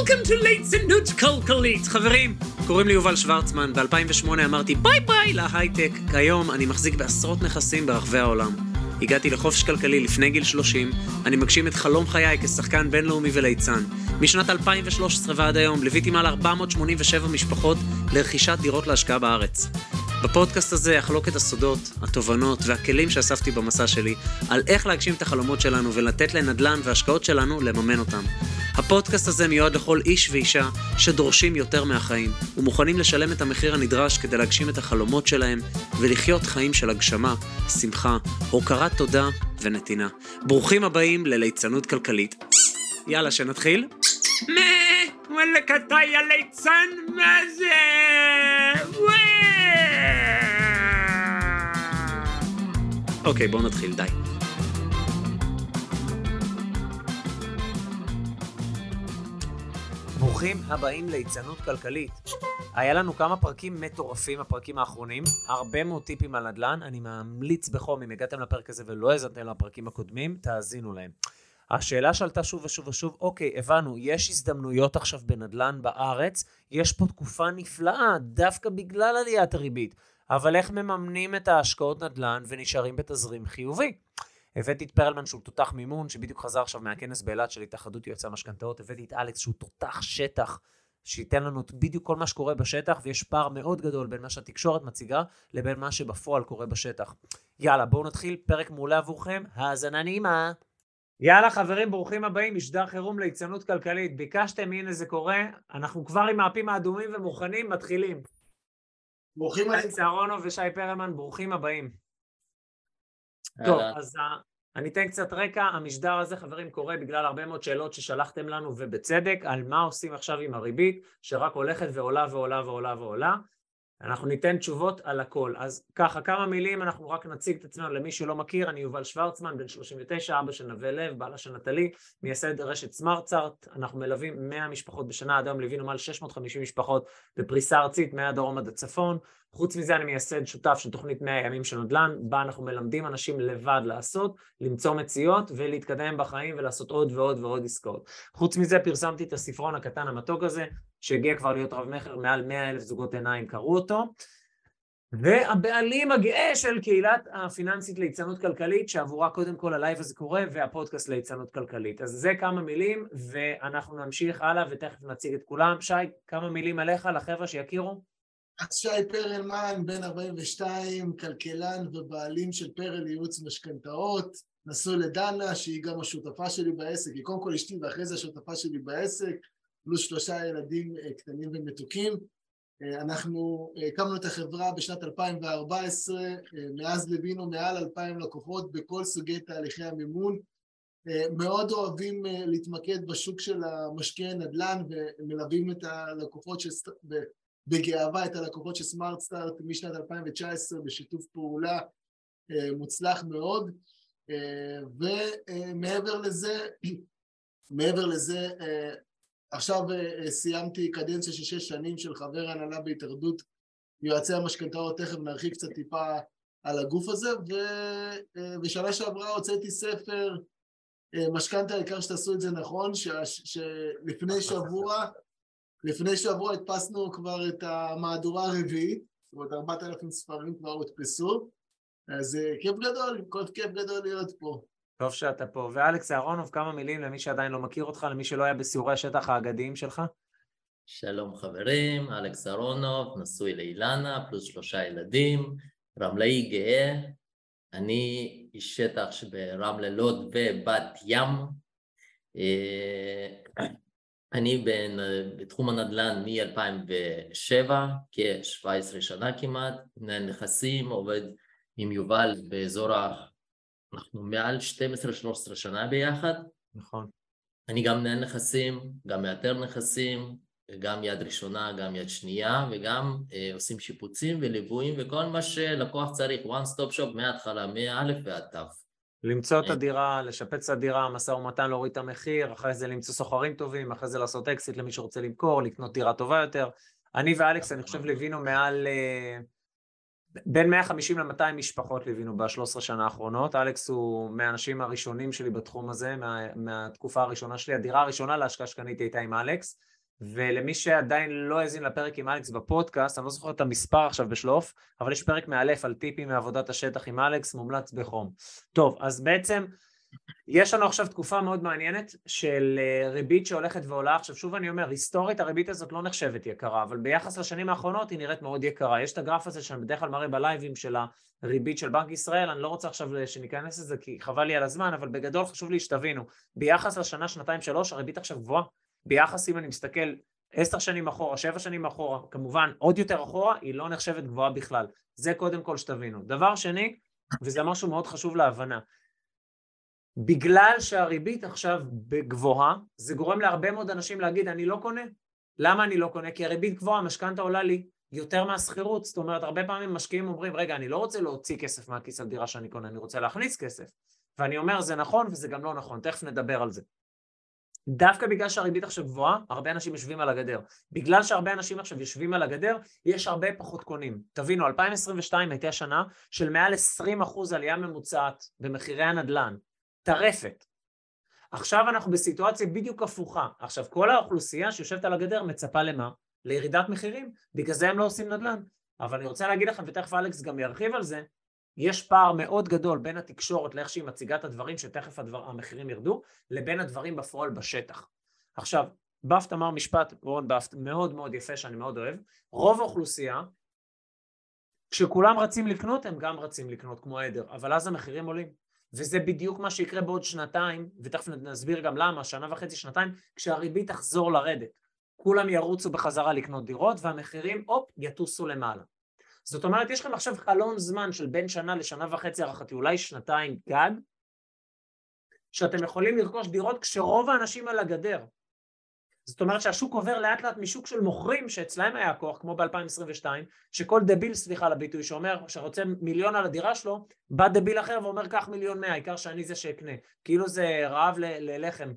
Welcome to ליצנות כלכלית. חברים, קוראים לי יובל שוורצמן. ב-2008 אמרתי ביי ביי להייטק. כיום אני מחזיק בעשרות נכסים ברחבי העולם. הגעתי לחופש כלכלי לפני גיל 30. אני מגשים את חלום חיי כשחקן בינלאומי וליצן. משנת 2013 ועד היום ליוויתי מעל 487 משפחות לרכישת דירות להשקעה בארץ. בפודקאסט הזה אחלוק את הסודות, התובנות והכלים שאספתי במסע שלי על איך להגשים את החלומות שלנו ולתת לנדל"ן והשקעות שלנו לממן אותם. הפודקאסט הזה מיועד לכל איש ואישה שדורשים יותר מהחיים ומוכנים לשלם את המחיר הנדרש כדי להגשים את החלומות שלהם ולחיות חיים של הגשמה, שמחה, הוקרת תודה ונתינה. ברוכים הבאים לליצנות כלכלית. יאללה, שנתחיל? וואלה קטעי הליצן, מה זה? אוקיי, בואו נתחיל, די. ברוכים הבאים ליצנות כלכלית. היה לנו כמה פרקים מטורפים, הפרקים האחרונים, הרבה מאוד טיפים על נדל"ן. אני ממליץ בחום, אם הגעתם לפרק הזה ולא האזנתם לפרקים הקודמים, תאזינו להם. השאלה שעלתה שוב ושוב ושוב, אוקיי, הבנו, יש הזדמנויות עכשיו בנדל"ן בארץ, יש פה תקופה נפלאה, דווקא בגלל עליית הריבית, אבל איך מממנים את ההשקעות נדל"ן ונשארים בתזרים חיובי? הבאתי את פרלמן שהוא תותח מימון, שבדיוק חזר עכשיו מהכנס באילת של התאחדות יועצי המשכנתאות, הבאתי את אלכס שהוא תותח שטח, שייתן לנו בדיוק כל מה שקורה בשטח, ויש פער מאוד גדול בין מה שהתקשורת מציגה, לבין מה שבפועל קורה בשטח. יאללה, בואו נתחיל, פרק מעולה עבורכם, האזנה נעימה. יאללה חברים, ברוכים הבאים, משדר חירום ליצנות כלכלית. ביקשתם, הנה זה קורה, אנחנו כבר עם האפים האדומים ומוכנים, מתחילים. ברוכים הבאים. אלכס אהרונוב ושי פרלמן, ברוכים הבאים. טוב, אז אני אתן קצת רקע. המשדר הזה, חברים, קורה בגלל הרבה מאוד שאלות ששלחתם לנו, ובצדק, על מה עושים עכשיו עם הריבית, שרק הולכת ועולה ועולה ועולה ועולה. אנחנו ניתן תשובות על הכל. אז ככה, כמה מילים, אנחנו רק נציג את עצמנו למי שלא מכיר. אני יובל שוורצמן, בן 39, אבא של נווה לב, בעלה של נטלי, מייסד רשת סמארטסארט. אנחנו מלווים 100 משפחות בשנה, עד היום ליווינו מעל 650 משפחות בפריסה ארצית, מהדרום עד הצפון. חוץ מזה אני מייסד שותף של תוכנית 100 ימים של נדל"ן, בה אנחנו מלמדים אנשים לבד לעשות, למצוא מציאות ולהתקדם בחיים ולעשות עוד ועוד ועוד עסקאות. חוץ מזה פרסמתי את הספרון הקטן המתוק הזה, שהגיע כבר להיות רב מחר, מעל 100,000 זוגות עיניים קראו אותו, והבעלים הגאה של קהילת הפיננסית ליצנות כלכלית, שעבורה קודם כל הלייב הזה קורה, והפודקאסט ליצנות כלכלית. אז זה כמה מילים, ואנחנו נמשיך הלאה, ותכף נציג את כולם. שי, כמה מילים עליך, לחבר'ה שיכירו? אז שי פרלמן, בן 42, כלכלן ובעלים של פרל ייעוץ משכנתאות, נשוי לדנה, שהיא גם השותפה שלי בעסק, היא קודם כל אשתי ואחרי זה השותפה שלי בעסק, פלוס 3 ילדים קטנים ומתוקים. אנחנו הקמנו את החברה בשנת 2014, מאז לבינו מעל 2,000 לקוחות בכל סוגי תהליכי המימון. מאוד אוהבים להתמקד בשוק של המשקיעי נדל"ן ומלווים את הלקוחות בגאווה את הלקוחות של סמארטסטארט משנת 2019 בשיתוף פעולה מוצלח מאוד. ומעבר לזה, עכשיו סיימתי קדנציה של 6 שנים של חבר הנהלה בהתאחדות יועצי המשכנתאות, תכף נרחיב קצת טיפה על הגוף הזה, ושנה שעברה הוצאתי ספר משכנתה, העיקר שתעשו את זה נכון, שלפני שבוע הדפסנו כבר את המהדורה הרביעית, זאת אומרת 4,000 ספרים כבר הודפסו, אז כיף גדול להיות פה. טוב שאתה פה. ואלכס אהרונוב, כמה מילים למי שעדיין לא מכיר אותך, למי שלא היה בסיורי השטח האגדיים שלך? שלום חברים, אלכס אהרונוב, נשוי לאילנה, פלוס 3 ילדים, רמלאי גאה, אני איש שטח ברמלה לוד ובת ים, אני בתחום הנדל"ן מ-2007, כ-17 שנה כמעט, מנהל נכסים, עובד עם יובל באזור אנחנו מעל 12-13 שנה ביחד. נכון. אני גם מנהל נכסים, גם מאתר נכסים, גם יד ראשונה, גם יד שנייה, וגם עושים שיפוצים וליוויים וכל מה שלקוח צריך, one stop shop מההתחלה, מא' ועד ת'. למצוא את הדירה, לשפץ את הדירה, משא ומתן להוריד את המחיר, אחרי זה למצוא סוחרים טובים, אחרי זה לעשות אקסיט למי שרוצה למכור, לקנות דירה טובה יותר. אני ואלכס, אני חושב, ליווינו מעל בין 150 ל-200 משפחות ליווינו ב-13 שנה האחרונות. אלכס הוא מהאנשים הראשונים שלי בתחום הזה, מהתקופה הראשונה שלי. הדירה הראשונה להשקעה שקניתי הייתה עם אלכס, ולמי שעדיין לא האזין לפרק עם אלכס בפודקאסט, אני לא זוכר את המספר עכשיו בשלוף, אבל יש פרק מאלף על טיפים מעבודת השטח עם אלכס, מומלץ בחום. טוב, אז בעצם יש לנו עכשיו תקופה מאוד מעניינת של ריבית שהולכת ועולה. עכשיו שוב אני אומר, היסטורית הריבית הזאת לא נחשבת יקרה, אבל ביחס לשנים האחרונות היא נראית מאוד יקרה. יש את הגרף הזה שאני בדרך כלל מראה בלייבים של הריבית של בנק ישראל, אני לא רוצה עכשיו שניכנס לזה כי חבל לי על הזמן, אבל בגדול חשוב לי שתבינו, ביחס לשנה, שנתיים, שלוש, הריבית עכשיו גבוהה. ביחס אם אני מסתכל 10 שנים אחורה, 7 שנים אחורה, כמובן עוד יותר אחורה, היא לא נחשבת גבוהה בכלל. זה קודם כל שתבינו. דבר שני, וזה משהו מאוד חשוב להבנה, בגלל שהריבית עכשיו בגבוהה, זה גורם להרבה מאוד אנשים להגיד, אני לא קונה. למה אני לא קונה? כי הריבית גבוהה, המשכנתא עולה לי יותר מהשכירות. זאת אומרת, הרבה פעמים משקיעים אומרים, רגע, אני לא רוצה להוציא כסף מהכיס על דירה שאני קונה, אני רוצה להכניס כסף. ואני אומר, זה נכון וזה גם לא נכון, תכף נדבר על זה. דווקא בגלל שהריבית עכשיו גבוהה, הרבה אנשים יושבים על הגדר. בגלל שהרבה אנשים עכשיו יושבים על הגדר, יש הרבה פחות קונים. תבינו, 2022 הייתה שנה של מעל 20% עלייה ממוצעת במחירי הנדל"ן. טרפת. עכשיו אנחנו בסיטואציה בדיוק הפוכה. עכשיו כל האוכלוסייה שיושבת על הגדר מצפה למה? לירידת מחירים. בגלל זה הם לא עושים נדל"ן. אבל אני רוצה להגיד לכם, ותכף אלכס גם ירחיב על זה, יש פער מאוד גדול בין התקשורת לאיך שהיא מציגה את הדברים שתכף המחירים ירדו, לבין הדברים בפועל בשטח. עכשיו, באפט אמר משפט, וורן באפט, מאוד מאוד יפה שאני מאוד אוהב, רוב האוכלוסייה, כשכולם רצים לקנות, הם גם רצים לקנות כמו עדר, אבל אז המחירים עולים. וזה בדיוק מה שיקרה בעוד שנתיים, ותכף נסביר גם למה, שנה וחצי, שנתיים, כשהריבית תחזור לרדת. כולם ירוצו בחזרה לקנות דירות, והמחירים, יטוסו למעלה. זאת אומרת, יש לכם עכשיו חלון זמן של בין שנה לשנה וחצי הערכתי, אולי שנתיים גג, שאתם יכולים לרכוש דירות כשרוב האנשים על הגדר. זאת אומרת שהשוק עובר לאט לאט משוק של מוכרים, שאצלהם היה כוח, כמו ב-2022, שכל דביל, סליחה לביטוי, שאומר שרוצה מיליון על הדירה שלו, בא דביל אחר ואומר, קח 1,100,000, העיקר שאני זה שאקנה. כאילו זה רעב ללחם.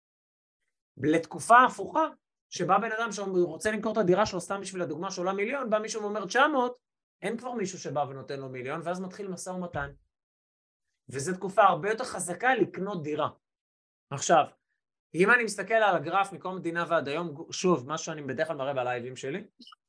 לתקופה הפוכה, שבא בן אדם שרוצה למכור את הדירה שלו, סתם בשביל הדוגמה שעולה 1,000,000, בא מישהו ואומר 900, אין כבר מישהו שבא ונותן לו 1,000,000, ואז מתחיל משא ומתן. וזו תקופה הרבה יותר חזקה לקנות דירה. עכשיו, אם אני מסתכל על הגרף מקום מדינה ועד היום, שוב, מה שאני בדרך כלל מראה בלייבים שלי,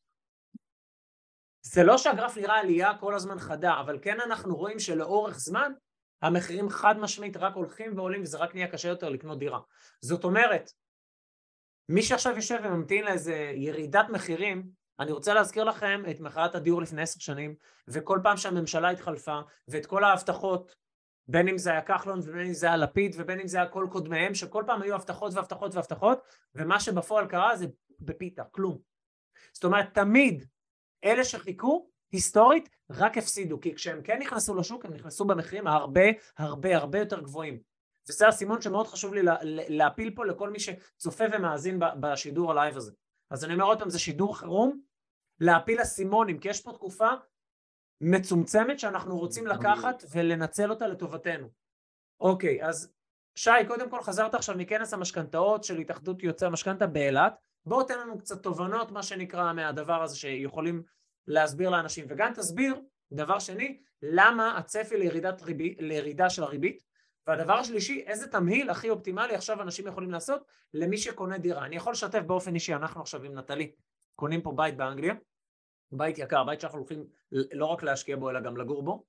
זה לא שהגרף נראה עלייה כל הזמן חדה, אבל כן אנחנו רואים שלאורך זמן, המחירים חד משמעית רק הולכים ועולים, וזה רק נהיה קשה יותר לקנות דירה. זאת אומרת, מי שעכשיו יושב וממתין לאיזה ירידת מחירים, אני רוצה להזכיר לכם את מחאת הדיור לפני 10 שנים, וכל פעם שהממשלה התחלפה, ואת כל ההבטחות, בין אם זה היה כחלון ובין אם זה היה לפיד ובין אם זה היה כל קודמיהם, שכל פעם היו הבטחות והבטחות והבטחות, ומה שבפועל קרה זה בפיתה, כלום. זאת אומרת, תמיד אלה שחיכו, היסטורית, רק הפסידו, כי כשהם כן נכנסו לשוק, הם נכנסו במחירים הרבה יותר גבוהים. וזה הסימון שמאוד חשוב לי להפיל פה לכל מי שצופה ומאזין בשידור הלייב הזה. אז אני אומר עוד פעם, זה שידור חירום, להפיל הסימונים, כי יש פה תקופה מצומצמת שאנחנו רוצים לקחת ולנצל אותה לטובתנו. אוקיי, אז שי, קודם כל חזרת עכשיו מכנס המשכנתאות של התאחדות יועצי המשכנתא באילת, בואו תן לנו קצת תובנות, מה שנקרא, מהדבר הזה שיכולים להסביר לאנשים, וגם תסביר, דבר שני, למה הצפי לירידה של הריבית, והדבר השלישי, איזה תמהיל הכי אופטימלי עכשיו אנשים יכולים לעשות למי שקונה דירה. אני יכול לשתף באופן אישי, אנחנו עכשיו עם נטלי, קונים פה בית באנגליה, בית יקר, בית שאנחנו הולכים לא רק להשקיע בו, אלא גם לגור בו.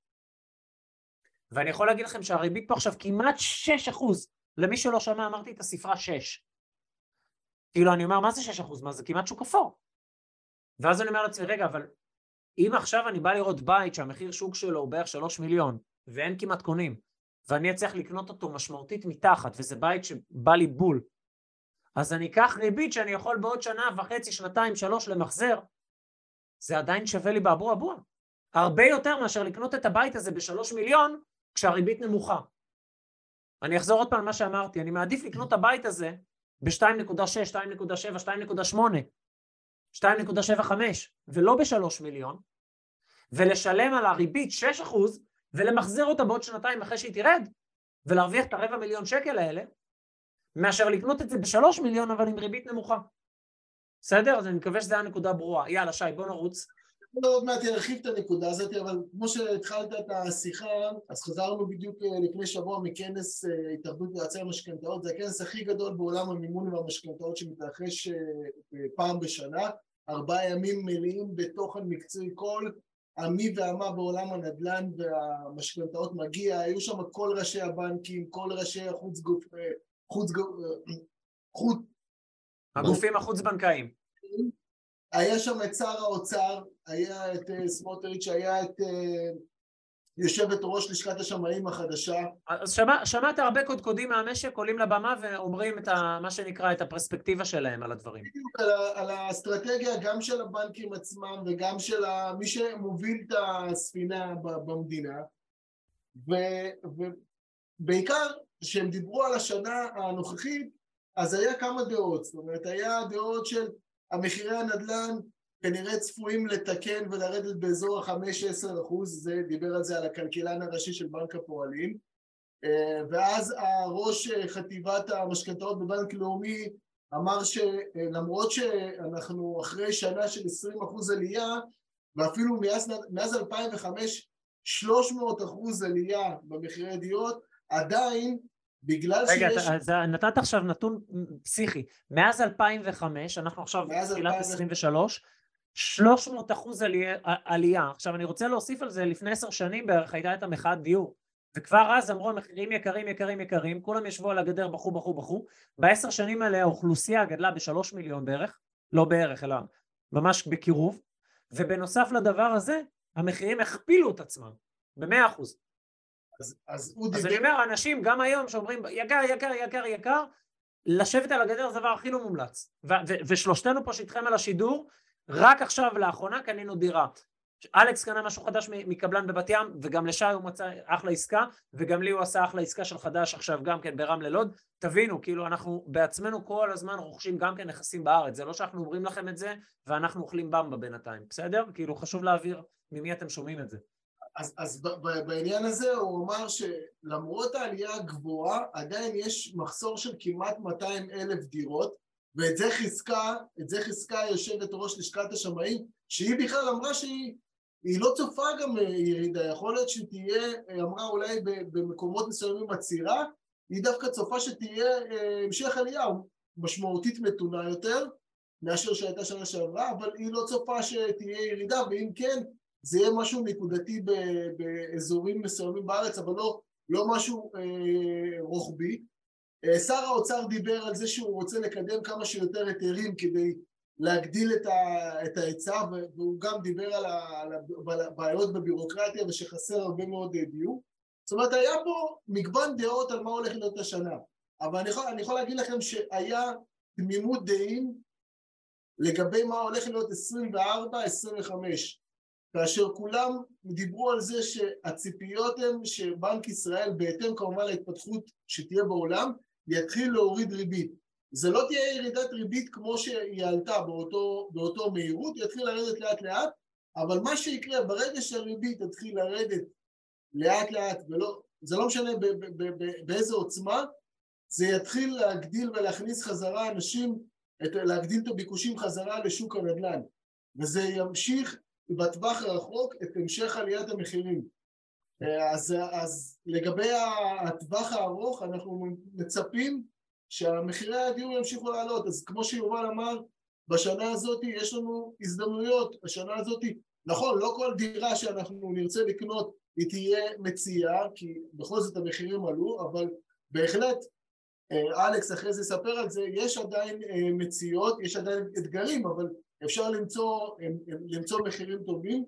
ואני יכול להגיד לכם שהריבית פה עכשיו כמעט 6%. למי שלא שמע, אמרתי את הספרה 6. כאילו, אני אומר, מה זה 6%? מה זה כמעט שוק אפור? ואז אני אומר לעצמי, רגע, אבל אם עכשיו אני בא לראות בית שהמחיר שוק שלו הוא בערך 3 מיליון, ואין כמעט קונים, ואני אצליח לקנות אותו משמעותית מתחת, וזה בית שבא לי בול, אז אני אקח ריבית שאני יכול בעוד שנה וחצי, שנתיים, 3 למחזר, זה עדיין שווה לי באבו. הרבה יותר מאשר לקנות את הבית הזה ב3 מיליון, כשהריבית נמוכה. אני אחזור עוד פעם מה שאמרתי, אני מעדיף לקנות את הבית הזה ב-2.6, 2.7, 2.8, 2.75, ולא ב3 מיליון, ולשלם על הריבית 6%, ולמחזר אותה בעוד שנתיים אחרי שהיא תרד, ולהרוויח את 250,000 שקל האלה, מאשר לקנות את זה ב3 מיליון, אבל עם ריבית נמוכה. בסדר? אז אני מקווה שזה הנקודה ברורה. יאללה, שי, בוא נרוץ. עוד מעט ירחיב את הנקודה הזאת, אבל כמו שהתחלת את השיחה, אז חזרנו בדיוק לפני שבוע מכנס התאחדות יועצי המשכנתאות, זה הכנס הכי גדול בעולם המימון והמשכנתאות שמתרחש פעם בשנה, 4 ימים מלאים בתוכן מקצועי, כל המי והמה בעולם הנדל"ן והמשכנתאות מגיע, היו שם כל ראשי הבנקים, כל ראשי הגופים החוץ-בנקאיים. היה שם את שר האוצר, היה את סמוטריץ', היה את יושבת ראש לשכת השמאים החדשה. אז שמעת הרבה קודקודים מהמשק עולים לבמה ואומרים את מה שנקרא את הפרספקטיבה שלהם על הדברים. בדיוק על האסטרטגיה גם של הבנקים עצמם וגם של מי שמוביל את הספינה במדינה, ובעיקר כשהם דיברו על השנה הנוכחית אז היה כמה דעות, זאת אומרת היה דעות של המחירי הנדל"ן כנראה צפויים לתקן ולרדת באזור ה-5-10%, זה דיבר על זה על הכלכלן הראשי של בנק הפועלים, ואז הראש חטיבת המשכנתאות בבנק לאומי אמר שלמרות שאנחנו אחרי שנה של 20% עלייה, ואפילו מאז 2005 300% עלייה במחירי דירות, עדיין בגלל רגע, שיש... רגע, נתת עכשיו נתון פסיכי, מאז 2005, אנחנו עכשיו תחילת 23, 300% עלייה. עכשיו אני רוצה להוסיף על זה, לפני 10 שנים בערך הייתה את המחאת דיור, וכבר אז אמרו המחירים יקרים יקרים יקרים, כולם ישבו על הגדר בחו, ב10 שנים האלה האוכלוסייה גדלה ב3 מיליון בערך, לא בערך אלא ממש בקירוב, ובנוסף לדבר הזה המחירים הכפילו את עצמם ב100%. אז אני אומר, אנשים גם היום שאומרים יקר, לשבת על הגדר זה הדבר הכי לא מומלץ, ושלושתנו פה שהתחם על השידור, רק עכשיו לאחרונה קנינו דירה, אלכס קנה משהו חדש מקבלן בבת ים, וגם לשי הוא מצא אחלה עסקה, וגם לי הוא עשה אחלה עסקה של חדש עכשיו גם כן ברמלה לוד. תבינו, כאילו אנחנו בעצמנו כל הזמן רוכשים גם כן נכסים בארץ, זה לא שאנחנו אומרים לכם את זה ואנחנו אוכלים במבה בינתיים, בסדר? כאילו חשוב להעביר ממי אתם שומעים את זה. אז בעניין הזה הוא אמר שלמרות העלייה הגבוהה עדיין יש מחסור של כמעט 200,000 דירות, ואת זה חיזקה יושבת ראש לשכת השמאים, שהיא בכלל אמרה שהיא לא צופה גם ירידה, יכול להיות שתהיה, אמרה אולי במקומות מסוימים עצירה, היא דווקא צופה שתהיה המשך עלייה משמעותית מתונה יותר מאשר שהייתה שנה שעברה, אבל היא לא צופה שתהיה ירידה, ואם כן זה יהיה משהו נקודתי באזורים מסוימים בארץ, אבל לא משהו רוחבי. שר האוצר דיבר על זה שהוא רוצה לקדם כמה שיותר היתרים כדי להגדיל את ההיצע, והוא גם דיבר על הבעיות בבירוקרטיה ושחסר הרבה מאוד דיור. זאת אומרת, היה פה מגוון דעות על מה הולך להיות השנה, אבל אני יכול להגיד לכם שהיה תמימות דעים לגבי מה הולך להיות 24-25, כאשר כולם דיברו על זה שהציפיות הן שבנק ישראל, בהתאם כמובן להתפתחות שתהיה בעולם, יתחיל להוריד ריבית. זה לא תהיה ירידת ריבית כמו שהיא עלתה באותו מהירות, יתחיל לרדת לאט לאט, אבל מה שיקרה ברגע שהריבית תתחיל לרדת לאט לאט, זה לא משנה באיזה עוצמה, זה יתחיל להגדיל ולהכניס חזרה אנשים, להגדיל את הביקושים חזרה לשוק הנדל"ן, וזה ימשיך בטווח הרחוק את המשך עליית המחירים. אז לגבי הטווח הארוך אנחנו מצפים שהמחירי הדיור ימשיכו לעלות. אז כמו שיובל אמר, בשנה הזאת יש לנו הזדמנויות. השנה הזאת, נכון, לא כל דירה שאנחנו נרצה לקנות היא תהיה מציאה, כי בכל זאת המחירים עלו, אבל בהחלט, אלכס אחרי זה יספר על זה, יש עדיין מציאות, יש עדיין אתגרים, אבל אפשר למצוא מחירים טובים.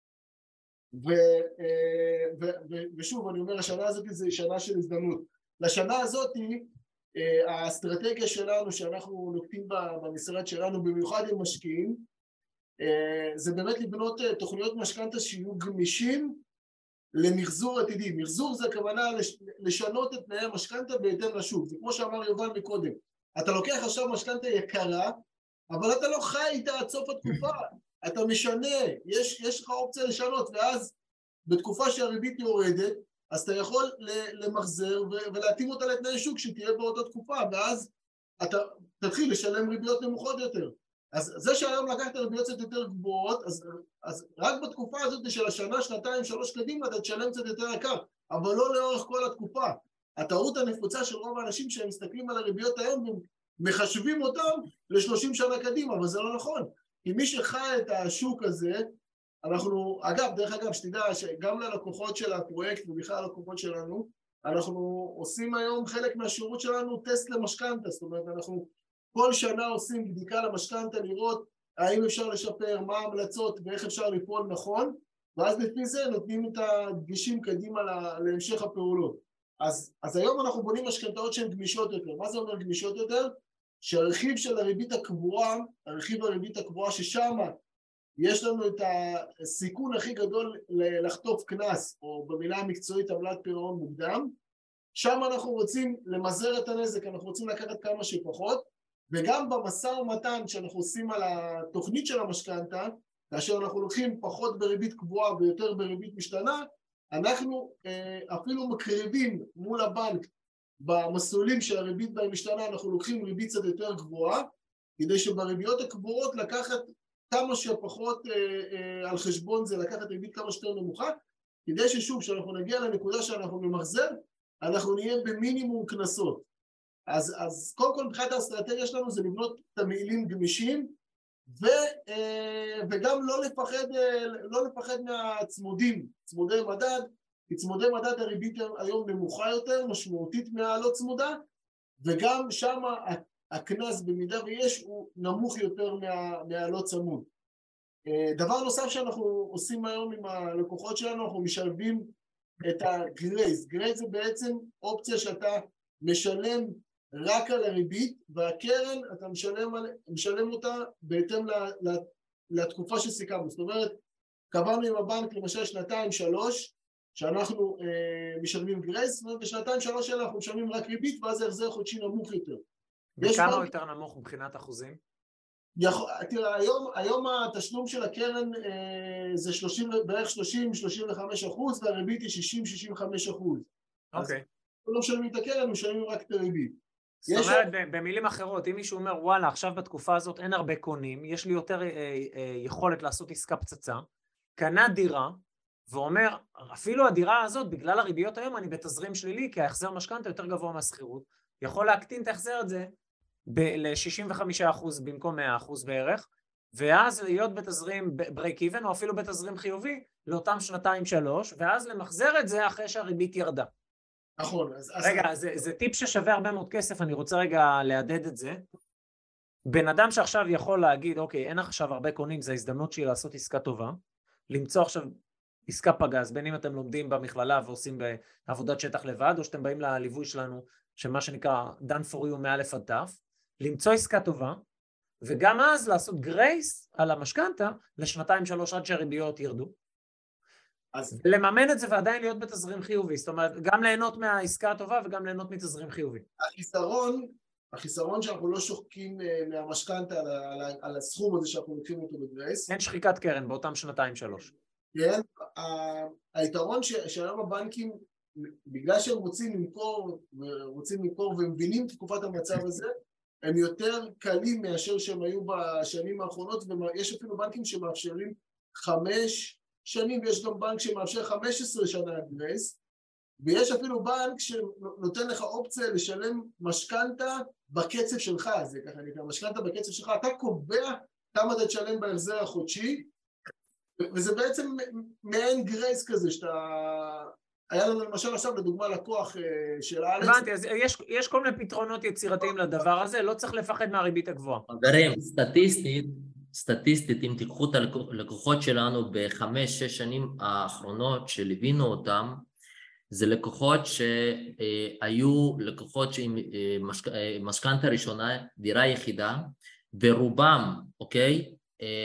ושוב אני אומר, השנה הזאת זה שנה של הזדמנות. לשנה הזאת האסטרטגיה שלנו שאנחנו נוקטים במשרד שלנו, במיוחד עם משקיעים, זה באמת לבנות תוכניות משכנתא שיהיו גמישים למחזור עתידי. מחזור זה הכוונה לשנות את תנאי המשכנתא בהתאם לשוק. זה כמו שאמר יובל מקודם, אתה לוקח עכשיו משכנתא יקרה, אבל אתה לא חי איתה עד סוף התקופה, אתה משנה, יש לך אופציה לשנות, ואז בתקופה שהריבית יורדת, אז אתה יכול למחזר ולהתאים אותה לתנאי שוק שתהיה באותה תקופה, ואז אתה תתחיל לשלם ריביות נמוכות יותר. אז זה שהיום לקחת ריביות קצת יותר גבוהות, אז רק בתקופה הזאת של השנה, שנתיים, 3 קדימה, אתה תשלם קצת יותר יקר, אבל לא לאורך כל התקופה. הטעות הנפוצה של רוב האנשים שהם מסתכלים על הריביות היום, מחשבים אותם ל-30 שנה קדימה, אבל זה לא נכון. כי מי שחי את השוק הזה, אנחנו, דרך אגב, שתדע שגם ללקוחות של הפרויקט ובכלל ללקוחות שלנו, אנחנו עושים היום חלק מהשירות שלנו טסט למשכנתא, זאת אומרת, אנחנו כל שנה עושים בדיקה למשכנתא לראות האם אפשר לשפר, מה ההמלצות ואיך אפשר לפעול נכון, ואז לפי זה נותנים את הדגשים קדימה להמשך הפעולות. אז היום אנחנו בונים משכנתאות שהן גמישות יותר. מה זה אומר גמישות יותר? שהרכיב של הריבית הקבועה, הרכיב הריבית הקבועה ששם יש לנו את הסיכון הכי גדול לחטוף כנס, או במילה המקצועית עמלת פירעון מוקדם, שם אנחנו רוצים למזער את הנזק, אנחנו רוצים לקחת כמה שפחות, וגם במשא ומתן שאנחנו עושים על התוכנית של המשכנתא, כאשר אנחנו לוקחים פחות בריבית קבועה ויותר בריבית משתנה, אנחנו אפילו מקריבים מול הבנק במסלולים של הריבית בהם משתנה, אנחנו לוקחים ריבית קצת יותר גבוהה, כדי שבריביות הקבועות לקחת כמה שפחות על חשבון זה, לקחת ריבית כמה שיותר נמוכה, כדי ששוב, כשאנחנו נגיע לנקודה שאנחנו ממחזר, אנחנו נהיה במינימום כנסות. אז קודם כל מבחינת האסטרטגיה שלנו זה לבנות תמהילים גמישים, וגם לא לפחד מהצמודים, צמודי מדד, כי צמודי מדד הריבית היום נמוכה יותר, משמעותית מהלא צמודה, וגם שם הכנס במידה ויש הוא נמוך יותר מהלא צמוד. דבר נוסף שאנחנו עושים היום עם הלקוחות שלנו, אנחנו משלבים את הגרייס. גרייס זה בעצם אופציה שאתה משלם רק על הריבית, והקרן אתה משלם אותה בהתאם לתקופה שסיכמנו. זאת אומרת, קבענו עם הבנק למשל 2-3, שאנחנו משלמים גרייס, זאת אומרת, ב2-3 האלה אנחנו משלמים רק ריבית, ואז ההחזר חודשי נמוך יותר. וכמה יותר נמוך מבחינת אחוזים? תראה, היום התשלום של הקרן זה בערך 30-35%, והריבית היא 60-65%. אוקיי. לא משלמים את הקרן, משלמים רק את הריבית. זאת אומרת, במילים אחרות, אם מישהו אומר, וואלה, עכשיו בתקופה הזאת אין הרבה קונים, יש לי יותר יכולת לעשות עסקה פצצה, קנה דירה, ואומר, אפילו הדירה הזאת, בגלל הריביות היום, אני בתזרים שלילי, כי ההחזר משכנתא יותר גבוה מהשכירות, יכול להקטין את ההחזר הזה ל-65% במקום 100% בערך, ואז להיות בתזרים break even, או אפילו בתזרים חיובי, לאותם 2-3, ואז למחזר את זה אחרי שהריבית ירדה. נכון. רגע, זה טיפ ששווה הרבה מאוד כסף, אני רוצה רגע להדד את זה. בן אדם שעכשיו יכול להגיד, אוקיי, אין עכשיו הרבה קונים, זה ההזדמנות שלי לעשות עסקה טובה, למצוא עכשיו עסקה פגז, בין אם אתם לומדים במכללה ועושים בעבודת שטח לבד, או שאתם באים לליווי שלנו, שמה שנקרא done for you מאלף עד תף, למצוא עסקה טובה, וגם אז לעשות גרייס על המשכנתא ל2-3 עד שהריביות ירדו. אז לממן את זה ועדיין להיות בתזרים חיובי, זאת אומרת, גם ליהנות מהעסקה הטובה וגם ליהנות מתזרים חיובי. החיסרון שאנחנו לא שוחקים מהמשכנתא על הסכום הזה שאנחנו לוקחים אותו בגרייס. אין שחיקת קרן באותם 2-3. כן, היתרון שהיום הבנקים, בגלל שהם רוצים למכור ומבינים את תקופת המצב הזה, הם יותר קלים מאשר שהם היו בשנים האחרונות, ויש אפילו בנקים שמאפשרים 5 שנים, ויש גם בנק שמאפשר 15 שנה גרייס, ויש אפילו בנק שנותן לך אופציה לשלם משכנתא בקצב שלך, זה ככה נקרא, משכנתא בקצב שלך, אתה קובע כמה אתה תשלם בהחזר החודשי, וזה בעצם מעין גרייס כזה, שאתה... היה לנו למשל עכשיו לדוגמה לקוח של אלכס. הבנתי, אז יש כל מיני פתרונות יצירתיים לדבר הזה, לא צריך לפחד מהריבית הגבוהה. חברים, סטטיסטית, אם תיקחו את הלקוחות שלנו ב5-6 שנים האחרונות שליווינו אותם, זה לקוחות שהיו לקוחות עם משכנתא ראשונה, דירה יחידה, ורובם, אוקיי,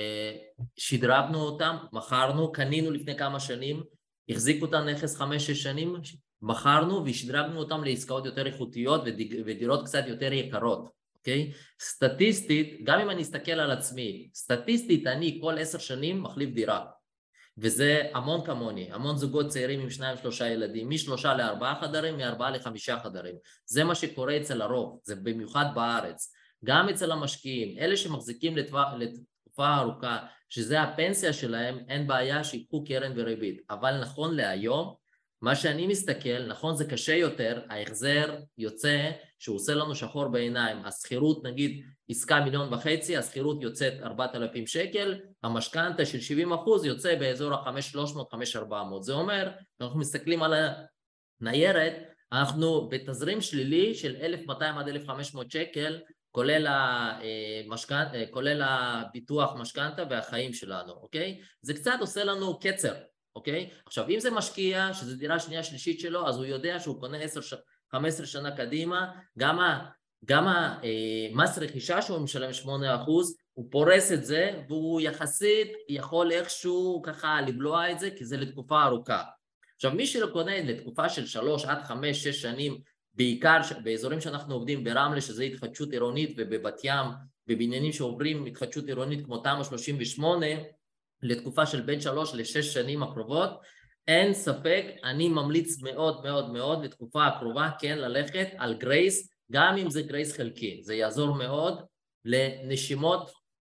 שדרגנו אותם, מכרנו, קנינו לפני כמה שנים, החזיקו אותם נכס 5-6 שנים, מכרנו ושדרגנו אותם לעסקאות יותר איכותיות ודירות קצת יותר יקרות, אוקיי? סטטיסטית, גם אם אני אסתכל על עצמי, סטטיסטית אני כל 10 שנים מחליף דירה, וזה המון כמוני, המון זוגות צעירים עם 2-3 ילדים, מ3 ל4 חדרים, מ4 ל5 חדרים, זה מה שקורה אצל הרוב, זה במיוחד בארץ. גם אצל המשקיעים, אלה שמחזיקים לתקופה ארוכה, שזה הפנסיה שלהם, אין בעיה שיקחו קרן וריבית. אבל נכון להיום, מה שאני מסתכל, נכון זה קשה יותר, ההחזר יוצא שהוא עושה לנו שחור בעיניים. הסחירות, נגיד עסקה 1.5 מיליון, הסחירות יוצאת 4,000 שקל, המשכנתה של 70% יוצא באזור ה-5,300-5,400. זה אומר, אנחנו מסתכלים על הניירת, אנחנו בתזרים שלילי של 1,200 עד 1,500 שקל, כולל הביטוח משכנתה והחיים שלנו, אוקיי? זה קצת עושה לנו קצר, אוקיי? עכשיו, אם זה משקיע, שזו דירה שנייה שלישית שלו, אז הוא יודע שהוא קונה 15 שנה קדימה, גם המס רכישה שהוא משלם 8%, הוא פורס את זה, והוא יחסית יכול איכשהו ככה לבלוע את זה, כי זה לתקופה ארוכה. עכשיו, מי שקונה לתקופה של 3 עד 5, 6 שנים, בעיקר באזורים שאנחנו עובדים ברמלה, שזה התחדשות עירונית, ובבת ים, בבניינים שעוברים התחדשות עירונית כמו תמ"א 38, לתקופה של בין 3 ל-6 שנים הקרובות, אין ספק, אני ממליץ מאוד מאוד מאוד לתקופה הקרובה, כן, ללכת על גרייס, גם אם זה גרייס חלקי. זה יעזור מאוד לנשימות,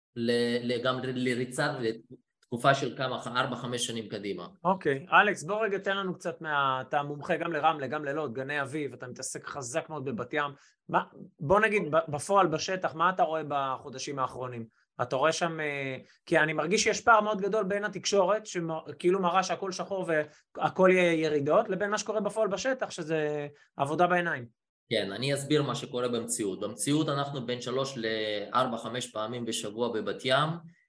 גם לריצה, תקופה של כמה, 4-5 שנים קדימה. אוקיי, אלכס, בוא רגע תן לנו קצת אתה מומחה גם לרמלה, גם ללוד, גני אביב, אתה מתעסק חזק מאוד בבת ים. בוא נגיד, בפועל, בשטח, מה אתה רואה בחודשים האחרונים? אתה רואה שם, כי אני מרגיש שיש פער מאוד גדול בין התקשורת, שכאילו מראה שהכל שחור והכל יהיה ירידות, לבין מה שקורה בפועל בשטח, שזה עבודה בעיניים. כן, אני אסביר מה שקורה במציאות. במציאות אנחנו בין 3 ל-4-5 פעמים בשבוע בבת ים,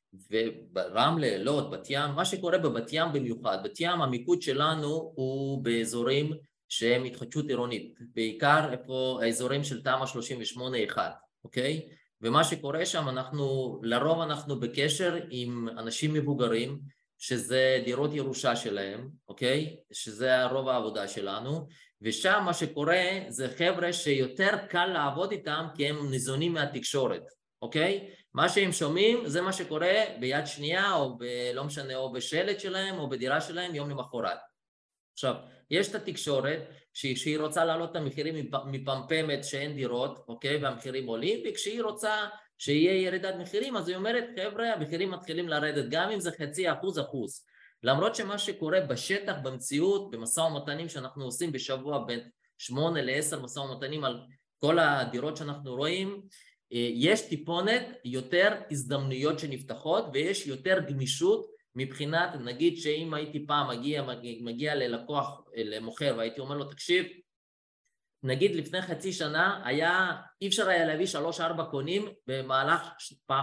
וברמלה, לוד, בת ים, מה שקורה בבת ים במיוחד, בת ים המיקוד שלנו הוא באזורים שהם התחדשות עירונית, בעיקר איפה האזורים של תמ"א 38-1, אוקיי? ומה שקורה שם, לרוב אנחנו בקשר עם אנשים מבוגרים, שזה דירות ירושה שלהם, אוקיי? שזה רוב העבודה שלנו, ושם מה שקורה זה חבר'ה שיותר קל לעבוד איתם כי הם ניזונים מהתקשורת, אוקיי? מה שהם שומעים זה מה שקורה ביד שנייה או לא משנה או בשלט שלהם או בדירה שלהם יום למחרת. עכשיו, יש את התקשורת שהיא רוצה להעלות את המחירים מפמפמת שאין דירות, אוקיי? והמחירים עולים, וכשהיא רוצה שיהיה ירידת מחירים, אז היא אומרת, חבר'ה, המחירים מתחילים לרדת, גם אם זה 0.5%. למרות שמה שקורה בשטח, במציאות, במשא ומתנים שאנחנו עושים בשבוע בין 8 ל-10 משא ומתנים על כל הדירות שאנחנו רואים, יש טיפונת יותר הזדמנויות שנפתחות, ויש יותר גמישות מבחינת, נגיד שאם הייתי פעם מגיע ללקוח, למוכר, והייתי אומר לו, תקשיב, נגיד לפני חצי שנה, אי אפשר היה להביא 3-4 קונים במהלך 2-3,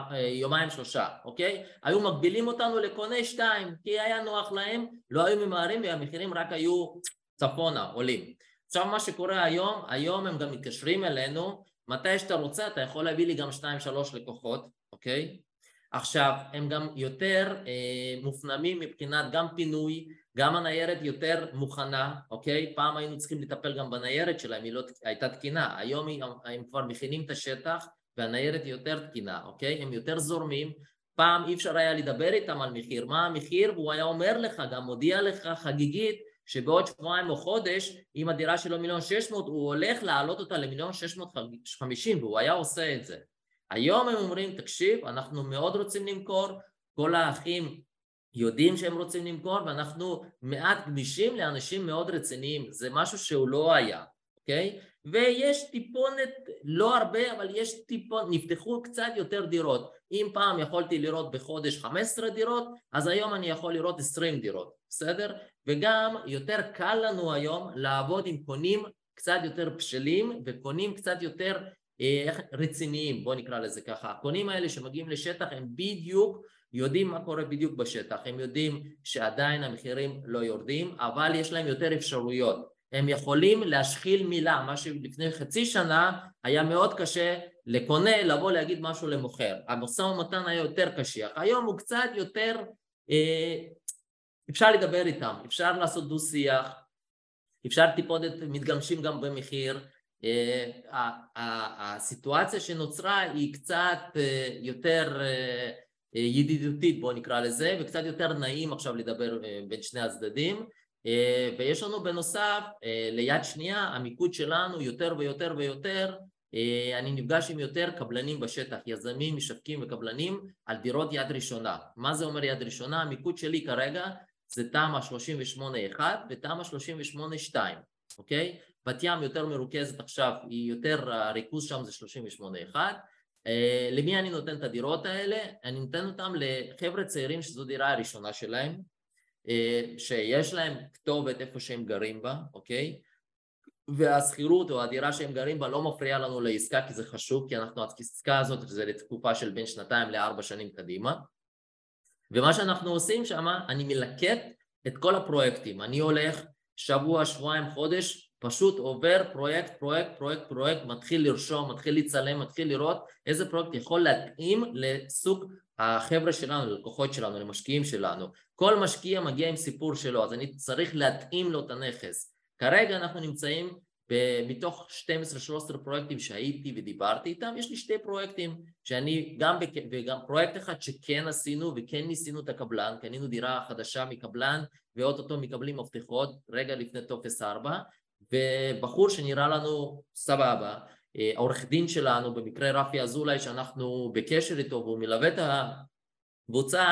אוקיי? היו מגבילים אותנו לקוני 2, כי היה נוח להם, לא היו ממהרים, והמחירים רק היו צפונה, עולים. עכשיו מה שקורה היום הם גם מתקשרים אלינו, מתי שאתה רוצה, אתה יכול להביא לי גם 2-3 לקוחות, אוקיי? עכשיו, הם גם יותר מופנמים מבחינת גם פינוי, גם הניירת יותר מוכנה, אוקיי? פעם היינו צריכים לטפל גם בניירת שלהם, היא לא הייתה תקינה, היום הם כבר מכינים את השטח, והניירת היא יותר תקינה, אוקיי? הם יותר זורמים, פעם אי אפשר היה לדבר איתם על מחיר, מה המחיר? והוא היה אומר לך, גם מודיע לך חגיגית, שבעוד שבועיים או חודש, אם הדירה שלו 1,600,000, הוא הולך להעלות אותה ל1,650,000, והוא היה עושה את זה. היום הם אומרים, תקשיב, אנחנו מאוד רוצים למכור, כל האחים יודעים שהם רוצים למכור, ואנחנו מעט גמישים לאנשים מאוד רציניים, זה משהו שהוא לא היה, אוקיי? ויש טיפונת, לא הרבה, אבל יש טיפונת, נפתחו קצת יותר דירות. אם פעם יכולתי לראות בחודש 15 דירות, אז היום אני יכול לראות 20 דירות, בסדר? וגם יותר קל לנו היום לעבוד עם קונים קצת יותר בשלים, וקונים קצת יותר רציניים, בוא נקרא לזה ככה. הקונים האלה שמגיעים לשטח הם בדיוק יודעים מה קורה בדיוק בשטח, הם יודעים שעדיין המחירים לא יורדים, אבל יש להם יותר אפשרויות. הם יכולים להשחיל מילה, מה שלפני חצי שנה היה מאוד קשה לקונה לבוא להגיד משהו למוכר. המשא ומתן היה יותר קשיח, היום הוא קצת יותר, אפשר לדבר איתם, אפשר לעשות דו שיח, אפשר טיפונת מתגמשים גם במחיר, הסיטואציה שנוצרה היא קצת יותר ידידותית, בוא נקרא לזה, וקצת יותר נעים עכשיו לדבר בין שני הצדדים, ויש לנו בנוסף ליד שנייה, המיקוד שלנו יותר ויותר ויותר אני נפגש עם יותר קבלנים בשטח, יזמים, משווקים וקבלנים על דירות יד ראשונה. מה זה אומר יד ראשונה? המיקוד שלי כרגע זה תמ"א 38-1 ותמ"א 38-2, אוקיי? בת ים יותר מרוכזת עכשיו, היא יותר, הריכוז שם זה 38-1. למי אני נותן את הדירות האלה? אני נותן אותם לחבר'ה צעירים שזו דירה הראשונה שלהם, שיש להם כתובת איפה שהם גרים בה, אוקיי? והסחירות או הדירה שהם גרים בה לא מפריעה לנו לעסקה, כי זה חשוב, כי אנחנו, העסקה הזאת זה לתקופה של בין 2 ל4 שנים קדימה. ומה שאנחנו עושים שם, אני מלקט את כל הפרויקטים. אני הולך שבוע, שבועיים, חודש, פשוט עובר פרויקט, מתחיל לרשום, מתחיל לצלם, מתחיל לראות איזה פרויקט יכול להתאים לסוג החבר'ה שלנו, ללקוחות שלנו, למשקיעים שלנו. כל משקיע מגיע עם סיפור שלו, אז אני צריך להתאים לו את הנכס. כרגע אנחנו נמצאים מתוך 12-13 פרויקטים שהייתי ודיברתי איתם, יש לי 2 פרויקטים שאני וגם פרויקט אחד שכן עשינו וכן ניסינו את הקבלן, קנינו דירה חדשה מקבלן ואוטוטו מקבלים מפתחות רגע לפני טופס 4, ובחור שנראה לנו סבבה, העורך דין שלנו במקרה רפי אזולאי שאנחנו בקשר איתו והוא מלווה את הקבוצה,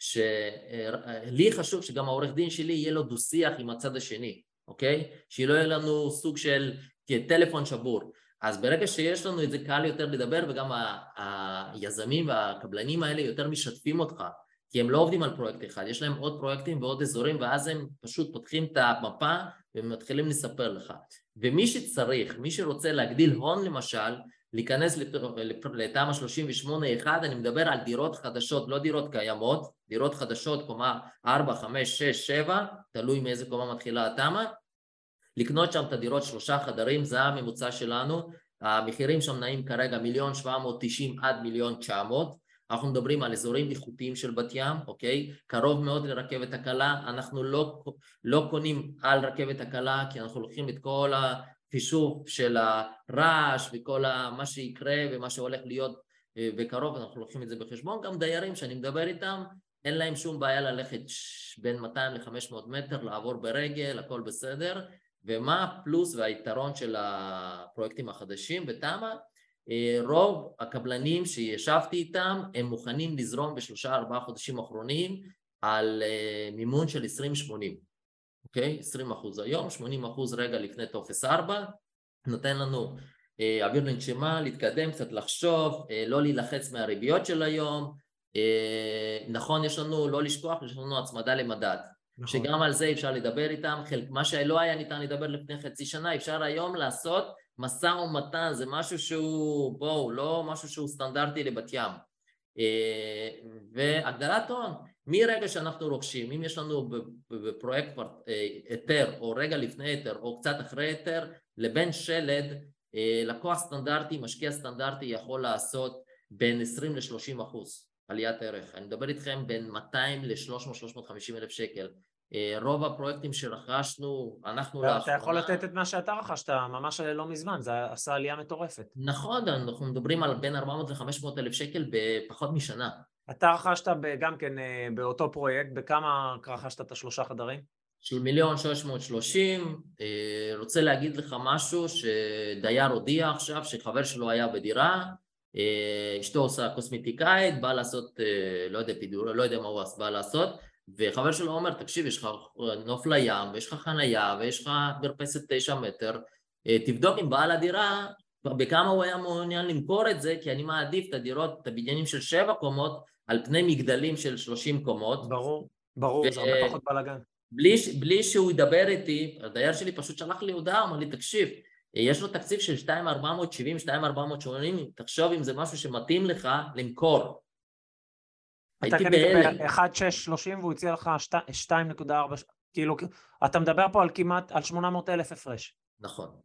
שלי חשוב שגם העורך דין שלי יהיה לו דו-שיח עם הצד השני, אוקיי? שלא יהיה לנו סוג של טלפון שבור. אז ברגע שיש לנו את זה קל יותר לדבר, וגם היזמים והקבלנים האלה יותר משתפים אותך, כי הם לא עובדים על פרויקט אחד, יש להם עוד פרויקטים ועוד אזורים, ואז הם פשוט פותחים את המפה ומתחילים לספר לך. ומי שצריך, מי שרוצה להגדיל הון למשל, להיכנס לתמ"א 38-1, אני מדבר על דירות חדשות, לא דירות קיימות, דירות חדשות, קומה 4, 5, 6, 7, תלוי מאיזה קומה מתחילה התמ"א, לקנות שם את הדירות 3 חדרים, זה הממוצע שלנו, המחירים שם נעים כרגע 1,790,000 עד 1,900,000, אנחנו מדברים על אזורים איכותיים של בת ים, אוקיי? קרוב מאוד לרכבת הקלה, אנחנו לא קונים על רכבת הקלה, כי אנחנו לוקחים את כל החישוב של הרעש וכל מה שיקרה ומה שהולך להיות בקרוב, אנחנו לוקחים את זה בחשבון. גם דיירים שאני מדבר איתם, אין להם שום בעיה ללכת בין 200 ל-500 מטר, לעבור ברגל, הכל בסדר. ומה הפלוס והיתרון של הפרויקטים החדשים בתמ"א? רוב הקבלנים שישבתי איתם, הם מוכנים לזרום ב3-4 חודשים האחרונים על מימון של 20-80. אוקיי? 20% היום, 80% רגע לפני טופס 4, נותן לנו אוויר לנשימה, להתקדם, קצת לחשוב, לא להילחץ מהריביות של היום. נכון, יש לנו, לא לשכוח, יש לנו הצמדה למדד. נכון. שגם על זה אפשר לדבר איתם, מה שלא היה ניתן לדבר לפני חצי שנה, אפשר היום לעשות משא ומתן, זה משהו שהוא, בואו, לא משהו שהוא סטנדרטי לבת ים. והגדלת הון, מרגע שאנחנו רוכשים, אם יש לנו בפרויקט היתר, או רגע לפני היתר, או קצת אחרי היתר, לבין שלד, לקוח סטנדרטי, משקיע סטנדרטי יכול לעשות בין 20-30% עליית ערך. אני מדבר איתכם בין 200 ל-300-350 אלף שקל. רוב הפרויקטים שרכשנו, אנחנו לאחרונה... אתה יכול לתת את מה שאתה רכשת, ממש לא מזמן, זה עשה עלייה מטורפת. נכון, אנחנו מדברים על בין 400 ל-500 אלף שקל בפחות משנה. אתה רכשת גם כן באותו פרויקט, בכמה רכשת את 3 חדרים? של 1,630,000, רוצה להגיד לך משהו שדייר הודיע עכשיו שחבר שלו היה בדירה, אשתו עושה קוסמטיקאית, בא לעשות, לא יודע, פידור, לא יודע מה הוא בא לעשות, וחבר שלו אומר, תקשיב, יש לך נוף לים, ויש לך חנייה, ויש לך מרפסת 9 מטר, תבדוק עם בעל הדירה, בכמה הוא היה מעוניין למכור את זה, כי אני מעדיף את הדירות, את הבניינים של 7 קומות, על פני מגדלים של 30 קומות. ברור, זה הרבה פחות בלגן. בלי שהוא ידבר איתי, הדייר שלי פשוט שלח לי הודעה, אמר לי, תקשיב, יש לו תקציב של 2,470, 2,480, תחשוב אם זה משהו שמתאים לך למכור. אתה קנית ב-1,630 והוא הציע לך 2.4, כאילו, אתה מדבר פה על כמעט, על 800,000 הפרש. נכון.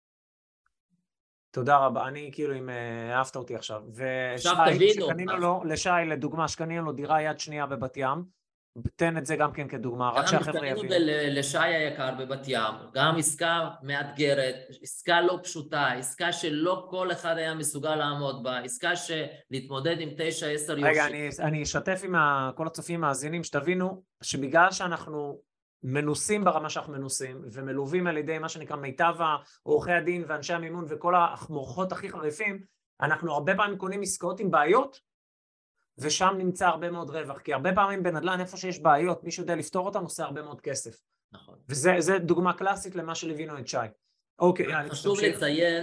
תודה רבה, אני כאילו אם אהבת אותי עכשיו. ושי, שקנינו לו, לשי לדוגמה, שקנינו לו דירה יד שנייה בבת ים, תן את זה גם כן כדוגמה, רק שהחבר'ה יבינו. קנינו לשי היקר בבת ים, גם עסקה מאתגרת, עסקה לא פשוטה, עסקה שלא כל אחד היה מסוגל לעמוד בה, עסקה שלהתמודד עם 9-10 יושים. רגע, אני אשתף עם כל הצופים המאזינים, שתבינו שבגלל שאנחנו מנוסים ברמה שאנחנו מנוסים, ומלווים על ידי מה שנקרא מיטב עורכי הדין ואנשי המימון וכל המוחות הכי חריפים, אנחנו הרבה פעמים קונים עסקאות עם בעיות, ושם נמצא הרבה מאוד רווח, כי הרבה פעמים בנדל"ן, איפה שיש בעיות, מי שיודע לפתור אותם, עושה הרבה מאוד כסף. נכון. וזה דוגמה קלאסית למה שליווינו את שי. אוקיי, חשוב לציין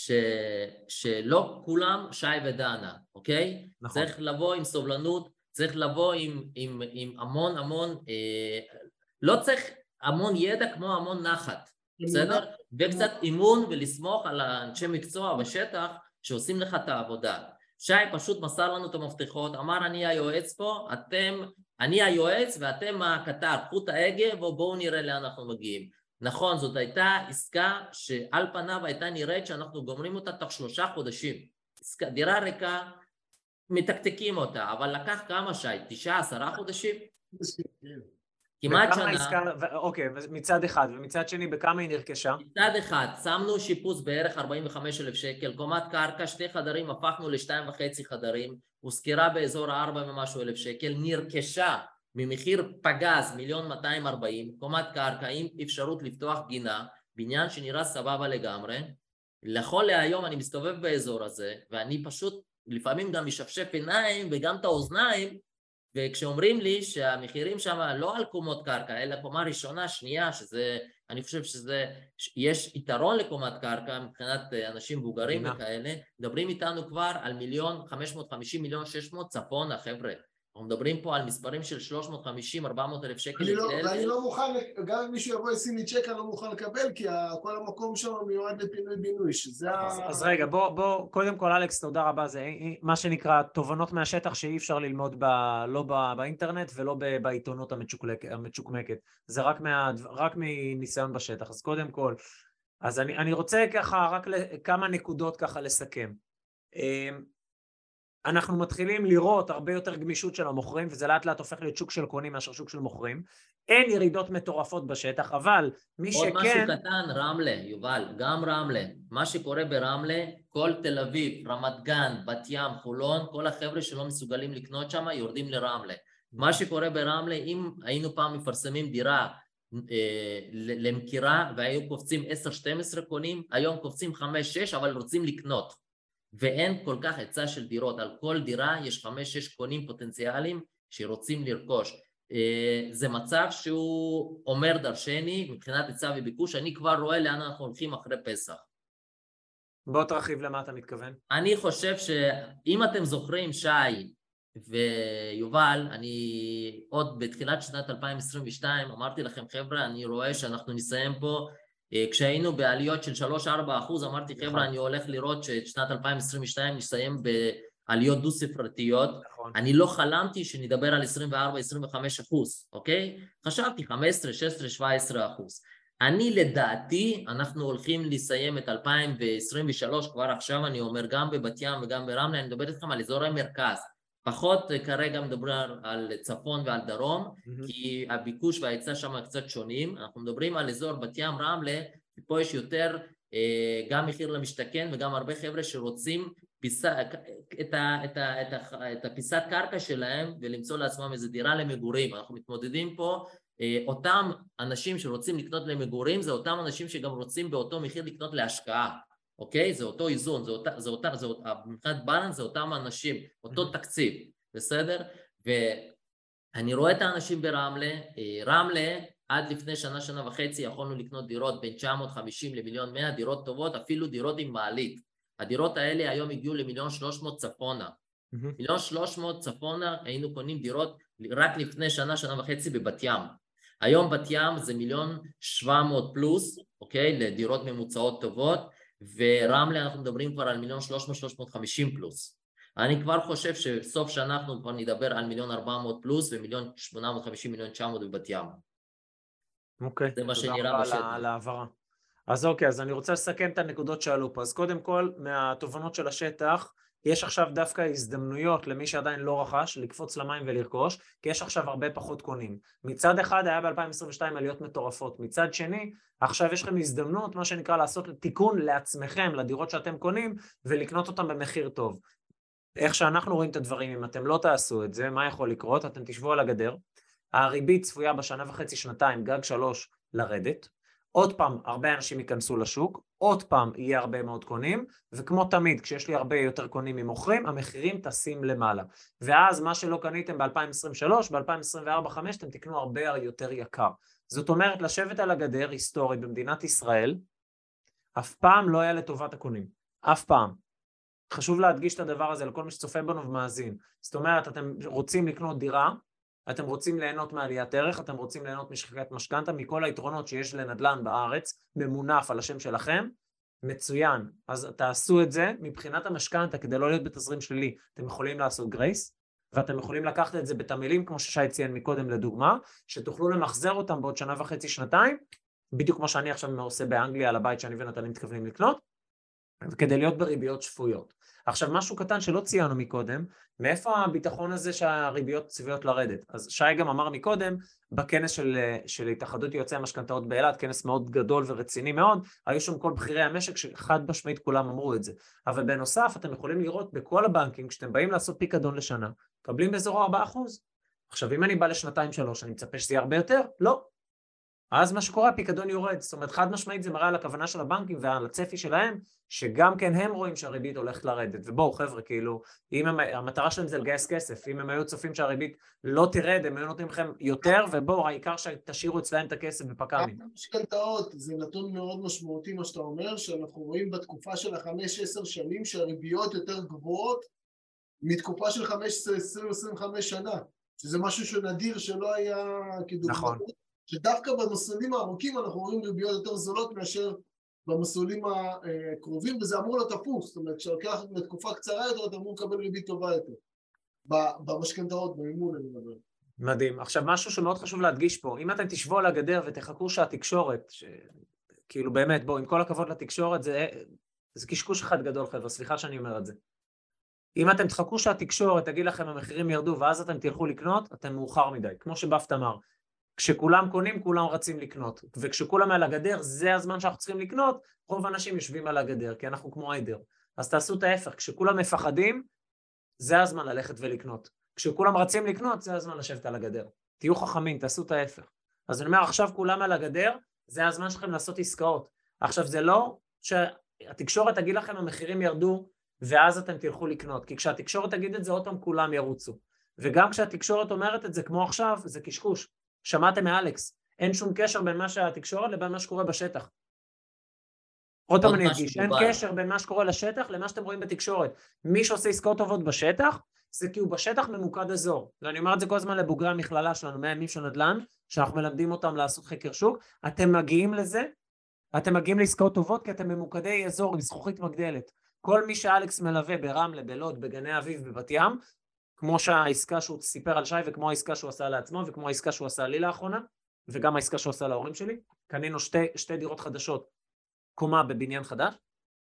שלא כולם שי ודנה, אוקיי? נכון. צריך לבוא עם סובלנות, צריך לבוא עם המון, לא צריך המון ידע כמו המון נחת, בסדר? וקצת אימון ולסמוך על האנשי מקצוע בשטח שעושים לך את העבודה. שי פשוט מסר לנו את המפתחות, אמר אני היועץ פה, אני היועץ ואתם הקטר, קחו את ההגה ובואו נראה לאן אנחנו מגיעים. נכון, זאת הייתה עסקה שעל פניו הייתה נראית שאנחנו גומרים אותה תוך 3 חודשים. דירה ריקה, מתקתקים אותה, אבל לקח כמה שי? 9-10 חודשים? כמעט שנה. אוקיי, מצד אחד, ומצד שני, בכמה היא נרכשה? מצד אחד, שמנו שיפוץ בערך 45,000 שקל, קומת קרקע, 2 חדרים, הפכנו ל2.5 חדרים, הושכרה באזור 4,000 שקל, נרכשה ממחיר פגז 1,240,000, קומת קרקע עם אפשרות לפתוח גינה, בניין שנראה סבבה לגמרי. לכל להיום אני מסתובב באזור הזה, ואני פשוט לפעמים גם משפשף עיניים וגם את האוזניים, וכשאומרים לי שהמחירים שם לא על קומות קרקע, אלא קומה ראשונה, שנייה, שזה, אני חושב יש יתרון לקומת קרקע מבחינת אנשים מבוגרים וכאלה, מדברים איתנו כבר על 1,550,000, 1,600,000 צפונה, חבר'ה. אנחנו מדברים פה על מספרים של 350,000-400,000 שקל. ואני לא מוכן, גם אם מישהו יבוא ישים לי צ'ק, אני לא מוכן לקבל, כי כל המקום שם מיועד לפינוי בינוי, שזה אז רגע, בוא, קודם כל, אלכס, תודה רבה, זה מה שנקרא תובנות מהשטח שאי אפשר ללמוד לא באינטרנט ולא בעיתונות המצ'וקמקת, זה רק מניסיון בשטח. אז קודם כל, אז אני רוצה ככה רק כמה נקודות ככה לסכם. אנחנו מתחילים לראות הרבה יותר גמישות של המוכרים, וזה לאט לאט הופך להיות שוק של קונים מאשר שוק של מוכרים. אין ירידות מטורפות בשטח, אבל מי שכן... עוד משהו קטן, רמלה, יובל, גם רמלה. מה שקורה ברמלה, כל תל אביב, רמת גן, בת ים, חולון, כל החבר'ה שלא מסוגלים לקנות שם, יורדים לרמלה. מה שקורה ברמלה, אם היינו פעם מפרסמים דירה למכירה, והיו קופצים 10-12 קונים, היום קופצים 5-6, אבל רוצים לקנות. ואין כל כך היצע של דירות, על כל דירה יש 5-6 קונים פוטנציאליים שרוצים לרכוש. זה מצב שהוא אומר דרשני מבחינת היצע וביקוש, אני כבר רואה לאן אנחנו הולכים אחרי פסח. בוא תרחיב למה אתה מתכוון. אני חושב שאם אתם זוכרים שי ויובל, אני עוד בתחילת שנת 2022 אמרתי לכם חבר'ה, אני רואה שאנחנו נסיים פה, כשהיינו בעליות של 3-4%, אמרתי חבר'ה, אני הולך לראות ששנת 2022 נסיים בעליות דו ספרתיות. אני לא חלמתי שנדבר על 24-25%, אוקיי? חשבתי 15, 16, 17%. אני לדעתי, אנחנו הולכים לסיים את 2023, כבר עכשיו אני אומר, גם בבת ים וגם ברמלה, אני מדבר איתכם על אזור המרכז. פחות כרגע מדבר על צפון ועל דרום, כי הביקוש וההיצע שם קצת שונים. אנחנו מדברים על אזור בת ים רמלה, ופה יש יותר גם מחיר למשתכן וגם הרבה חבר'ה שרוצים את הפיסת קרקע שלהם ולמצוא לעצמם איזו דירה למגורים. אנחנו מתמודדים פה, אותם אנשים שרוצים לקנות למגורים, זה אותם אנשים שגם רוצים באותו מחיר לקנות להשקעה. אוקיי? זה אותו איזון, מבחינת בלנס זה אותם אנשים, אותו תקציב, בסדר? ואני רואה את האנשים ברמלה, רמלה עד לפני שנה וחצי יכולנו לקנות דירות בין 950 ל1,100,000, דירות טובות, אפילו דירות עם מעלית. הדירות האלה היום הגיעו ל1,300,000 צפונה. 1,300,000 צפונה היינו קונים דירות רק לפני שנה וחצי בבת ים. היום בת ים זה 1,700,000 פלוס, אוקיי? לדירות ממוצעות טובות, ורמלה אנחנו מדברים כבר על 1,300,000-350,000 פלוס. אני כבר חושב שסוף שנה אנחנו כבר נדבר על 1,400,000 פלוס ו1,850,000-1,900,000 בבת ים. אוקיי, זה מה שנראה בשטח. על העברה. אז אוקיי, אז אני רוצה לסכם את הנקודות שעלו פה. אז קודם כל, מהתובנות של השטח, יש עכשיו דווקא הזדמנויות למי שעדיין לא רכש, לקפוץ למים ולרכוש, כי יש עכשיו הרבה פחות קונים. מצד אחד היה ב-2022 עליות מטורפות, מצד שני, עכשיו יש לכם הזדמנות, מה שנקרא, לעשות תיקון לעצמכם, לדירות שאתם קונים, ולקנות אותם במחיר טוב. איך שאנחנו רואים את הדברים, אם אתם לא תעשו את זה, מה יכול לקרות? אתם תשבו על הגדר, הריבית צפויה בשנה וחצי, שנתיים, גג 3 לרדת, עוד פעם הרבה אנשים ייכנסו לשוק, עוד פעם יהיה הרבה מאוד קונים, וכמו תמיד, כשיש לי הרבה יותר קונים ממוכרים, המחירים טסים למעלה. ואז מה שלא קניתם ב-2023, ב-2024-2025, אתם תקנו הרבה יותר יקר. זאת אומרת, לשבת על הגדר היסטורי במדינת ישראל, אף פעם לא היה לטובת הקונים. אף פעם. חשוב להדגיש את הדבר הזה לכל מי שצופה בנו ומאזין. זאת אומרת, אתם רוצים לקנות דירה, אתם רוצים ליהנות מעליית ערך, אתם רוצים ליהנות משחיקת משכנתא, מכל היתרונות שיש לנדל"ן בארץ, ממונף על השם שלכם, מצוין. אז תעשו את זה מבחינת המשכנתא, כדי לא להיות בתזרים שלילי. אתם יכולים לעשות גרייס, ואתם יכולים לקחת את זה בתמילים, כמו ששי ציין מקודם לדוגמה, שתוכלו למחזר אותם בעוד שנה וחצי, שנתיים, בדיוק כמו שאני עכשיו עושה באנגליה על הבית שאני ונתנים מתכוונים לקנות, כדי להיות בריביות שפויות. עכשיו, משהו קטן שלא ציינו מקודם, מאיפה הביטחון הזה שהריביות צפויות לרדת? אז שי גם אמר מקודם, בכנס של התאחדות יועצי המשכנתאות באילת, כנס מאוד גדול ורציני מאוד, היו שם כל בכירי המשק שחד משמעית כולם אמרו את זה. אבל בנוסף, אתם יכולים לראות בכל הבנקים, כשאתם באים לעשות פיקדון לשנה, קבלים באזור 4%. עכשיו, אם אני בא לשנתיים-שלוש, אני מצפה שזה יהיה הרבה יותר? לא. אז מה שקורה, הפיקדון יורד. זאת אומרת, חד משמעית זה מראה על הכוונה של הבנקים ועל הצפי שלהם, שגם כן הם רואים שהריבית הולכת לרדת. ובואו חבר'ה, כאילו, המטרה שלהם זה לגייס כסף, אם הם היו צופים שהריבית לא תרד, הם היו נותנים לכם יותר, ובואו, העיקר שתשאירו אצלהם את הכסף בפקמים. משכנתאות, זה נתון מאוד משמעותי מה שאתה אומר, שאנחנו רואים בתקופה של 5-10 שנים שהריביות יותר גבוהות, מתקופה של 15-20-25 שנה, שזה משהו שנדיר שלא היה כדוגמה. נכון. שדווקא במסלולים הארוכים אנחנו רואים ריביות יותר זולות מאשר במסלולים הקרובים, וזה אמור להיות הפוך, זאת אומרת, כשלוקח לתקופה קצרה יותר, אתה אמור לקבל ריבית טובה יותר. במשכנתאות, במימון אני מדבר. מדהים. עכשיו, משהו שמאוד חשוב להדגיש פה, אם אתם תשבו על הגדר ותחכו שהתקשורת, כאילו באמת, בואו, עם כל הכבוד לתקשורת, זה קשקוש אחד גדול, חבר'ה, סליחה שאני אומר את זה. אם אתם תחכו שהתקשורת תגיד לכם המחירים ירדו, ואז אתם תלכו לקנות, אתם מאוחר מדי, כמו שבפט אמר. כשכולם קונים, כולם רצים לקנות, וכשכולם על הגדר, זה הזמן שאנחנו צריכים לקנות, רוב האנשים יושבים על הגדר, כי אנחנו כמו עדר. אז תעשו את ההפך, כשכולם מפחדים, זה הזמן ללכת ולקנות. כשכולם רצים לקנות, זה הזמן לשבת על הגדר. תהיו חכמים, תעשו את ההפך. אז אני אומר, עכשיו כולם על הגדר, זה הזמן שלכם לעשות עסקאות. עכשיו זה לא שהתקשורת תגיד לכם המחירים ירדו, ואז אתם תלכו לקנות, כי כשהתקשורת תגיד את זה, אותם כולם ירוצו. וגם כשהתקשורת אומרת את זה, כמו עכשיו, זה קשקוש. שמעתם מאלכס, אין שום קשר בין מה שהתקשורת לבין מה שקורה בשטח. עוד פעם אני אדגיש, אין קשר בין מה שקורה לשטח למה שאתם רואים בתקשורת. מי שעושה עסקאות טובות בשטח, זה כי הוא בשטח ממוקד אזור. ואני אומר את זה כל הזמן לבוגרי המכללה שלנו, 100 ימים של נדל"ן, שאנחנו מלמדים אותם לעשות חקר שוק, אתם מגיעים לזה, אתם מגיעים לעסקאות טובות, כי אתם ממוקדי אזור עם זכוכית מגדלת. כל מי שאלכס מלווה ברמלה, בלוד, בגני אביב, בבת ים, כמו שהעסקה שהוא סיפר על שי, וכמו העסקה שהוא עשה לעצמו, וכמו העסקה שהוא עשה לי לאחרונה, וגם העסקה שהוא עשה להורים שלי, קנינו שתי דירות חדשות, קומה בבניין חדש.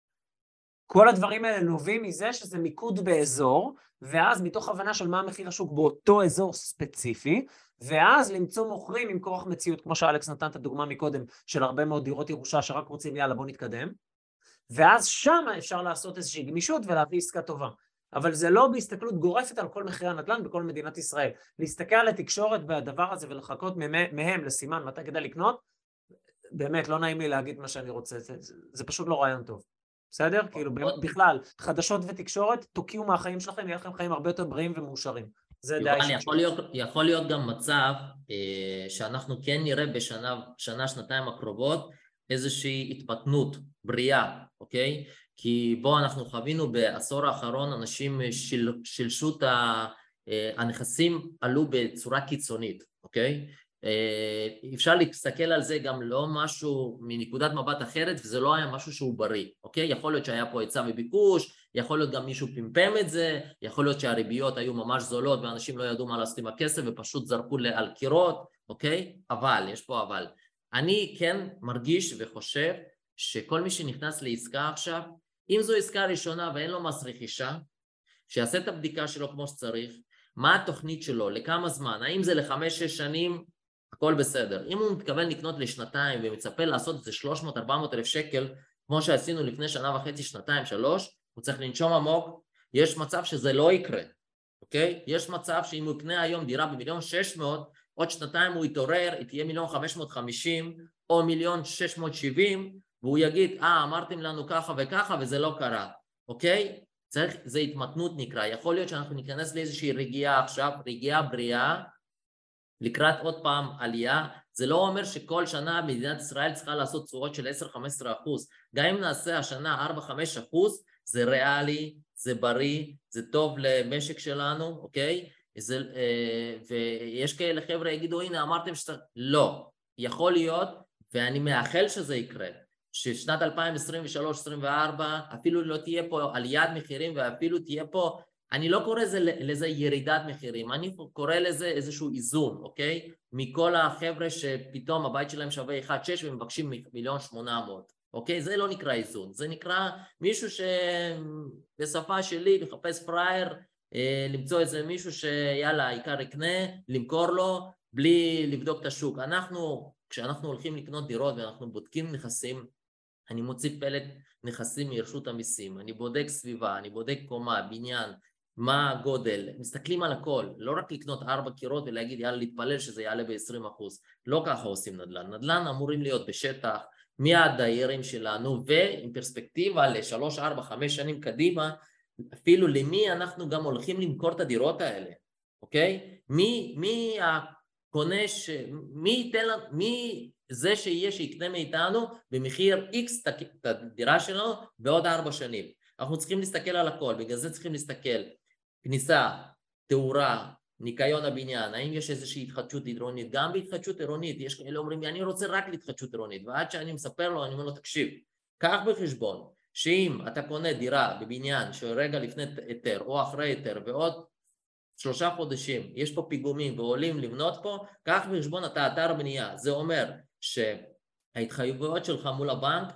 כל הדברים האלה נובעים מזה שזה מיקוד באזור, ואז מתוך הבנה של מה המחיר השוק באותו אזור ספציפי, ואז למצוא מוכרים עם כורח מציאות, כמו שאלכס נתן את הדוגמה מקודם, של הרבה מאוד דירות ירושה שרק רוצים יאללה בוא נתקדם, ואז שם אפשר לעשות איזושהי גמישות ולהביא עסקה טובה. אבל זה לא בהסתכלות גורפת על כל מחירי הנדל"ן בכל מדינת ישראל. להסתכל על התקשורת בדבר הזה ולחכות מהם לסימן מתי כדאי לקנות, באמת לא נעים לי להגיד מה שאני רוצה, זה פשוט לא רעיון טוב. בסדר? כאילו בכלל, חדשות ותקשורת, תוקיעו מהחיים שלכם, יהיה לכם חיים הרבה יותר בריאים ומאושרים. זה די יכול להיות גם מצב שאנחנו כן נראה שנתיים הקרובות איזושהי התפתנות בריאה, אוקיי? כי בו אנחנו חווינו בעשור האחרון, אנשים שלשות הנכסים עלו בצורה קיצונית, אוקיי? אפשר להסתכל על זה גם לא משהו מנקודת מבט אחרת, וזה לא היה משהו שהוא בריא, אוקיי? יכול להיות שהיה פה היצע וביקוש, יכול להיות גם מישהו פמפם את זה, יכול להיות שהריביות היו ממש זולות ואנשים לא ידעו מה לעשות עם הכסף ופשוט זרקו על קירות, אוקיי? אבל, יש פה אבל. אני כן מרגיש וחושב שכל מי שנכנס לעסקה עכשיו, אם זו עסקה ראשונה ואין לו מס רכישה, שיעשה את הבדיקה שלו כמו שצריך, מה התוכנית שלו, לכמה זמן, האם זה ל5-6 שנים, הכל בסדר. אם הוא מתכוון לקנות לשנתיים ומצפה לעשות את זה 300-400 אלף שקל, כמו שעשינו לפני שנה וחצי, שנתיים, 3, הוא צריך לנשום עמוק, יש מצב שזה לא יקרה, אוקיי? יש מצב שאם הוא יקנה היום דירה ב1,600,000, עוד שנתיים הוא יתעורר, היא תהיה 1,550,000 או 1,670,000, והוא יגיד, אמרתם לנו ככה וככה וזה לא קרה, אוקיי? צריך, זה התמתנות נקרא, יכול להיות שאנחנו ניכנס לאיזושהי רגיעה עכשיו, רגיעה בריאה, לקראת עוד פעם עלייה, זה לא אומר שכל שנה מדינת ישראל צריכה לעשות תשואות של 10-15%, גם אם נעשה השנה 4-5%, זה ריאלי, זה בריא, זה טוב למשק שלנו, אוקיי? ויש כאלה חבר'ה יגידו, הנה אמרתם שאתה, לא, יכול להיות, ואני מאחל שזה יקרה, ששנת 2023-2024 אפילו לא תהיה פה עליית מחירים, ואפילו תהיה פה, אני לא קורא לזה ירידת מחירים, אני קורא לזה איזשהו איזון, אוקיי? מכל החבר'ה שפתאום הבית שלהם שווה 1.6 ומבקשים 1,800,000, אוקיי? זה לא נקרא איזון, זה נקרא מישהו שבשפה שלי מחפש פרייר, למצוא איזה מישהו שיאללה, העיקר יקנה, למכור לו, בלי לבדוק את השוק. כשאנחנו הולכים לקנות דירות ואנחנו בודקים נכסים, אני מוציא פלט נכסים מרשות המיסים, אני בודק סביבה, אני בודק קומה, בניין, מה הגודל, מסתכלים על הכל, לא רק לקנות 4 קירות ולהגיד יאללה להתפלל שזה יעלה ב-20%, לא ככה עושים נדל"ן, נדל"ן אמורים להיות בשטח, מי הדיירים שלנו, ועם פרספקטיבה ל3, 4, 5 שנים קדימה, אפילו למי אנחנו גם הולכים למכור את הדירות האלה, אוקיי? מי הקונה, מי ייתן לנו, מי זה שיקנה מאיתנו במחיר X את הדירה שלנו בעוד 4 שנים. אנחנו צריכים להסתכל על הכל, בגלל זה צריכים להסתכל, כניסה, תאורה, ניקיון הבניין, האם יש איזושהי התחדשות עירונית, גם בהתחדשות עירונית, יש כאלה אומרים לי, אני רוצה רק להתחדשות עירונית, ועד שאני מספר לו, אני אומר לו, תקשיב, קח בחשבון, שאם אתה קונה דירה בבניין שרגע לפני היתר או אחרי היתר ועוד 3 חודשים, יש פה פיגומים ועולים לבנות פה, קח בחשבון אתה אתר בנייה, זה אומר שההתחייבויות שלך מול הבנק,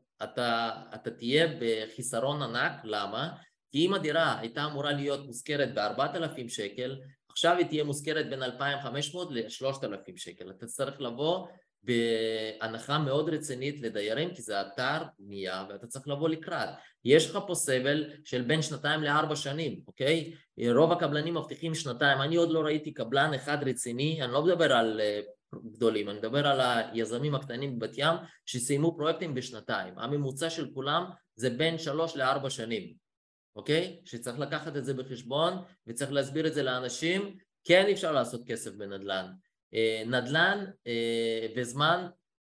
אתה תהיה בחיסרון ענק, למה? כי אם הדירה הייתה אמורה להיות מושכרת ב4,000 שקל, עכשיו היא תהיה מושכרת בין 2,500 ל-3,000 שקל. אתה צריך לבוא בהנחה מאוד רצינית לדיירים, כי זה אתר בנייה ואתה צריך לבוא לקראת. יש לך פה סבל של בין 2 ל4 שנים, אוקיי? רוב הקבלנים מבטיחים 2, אני עוד לא ראיתי קבלן אחד רציני, אני לא מדבר על גדולים, אני מדבר על היזמים הקטנים בבת ים שסיימו פרויקטים ב2, הממוצע של כולם זה בין 3 ל4 שנים, אוקיי? שצריך לקחת את זה בחשבון וצריך להסביר את זה לאנשים, כן אפשר לעשות כסף בנדל"ן, נדל"ן וזמן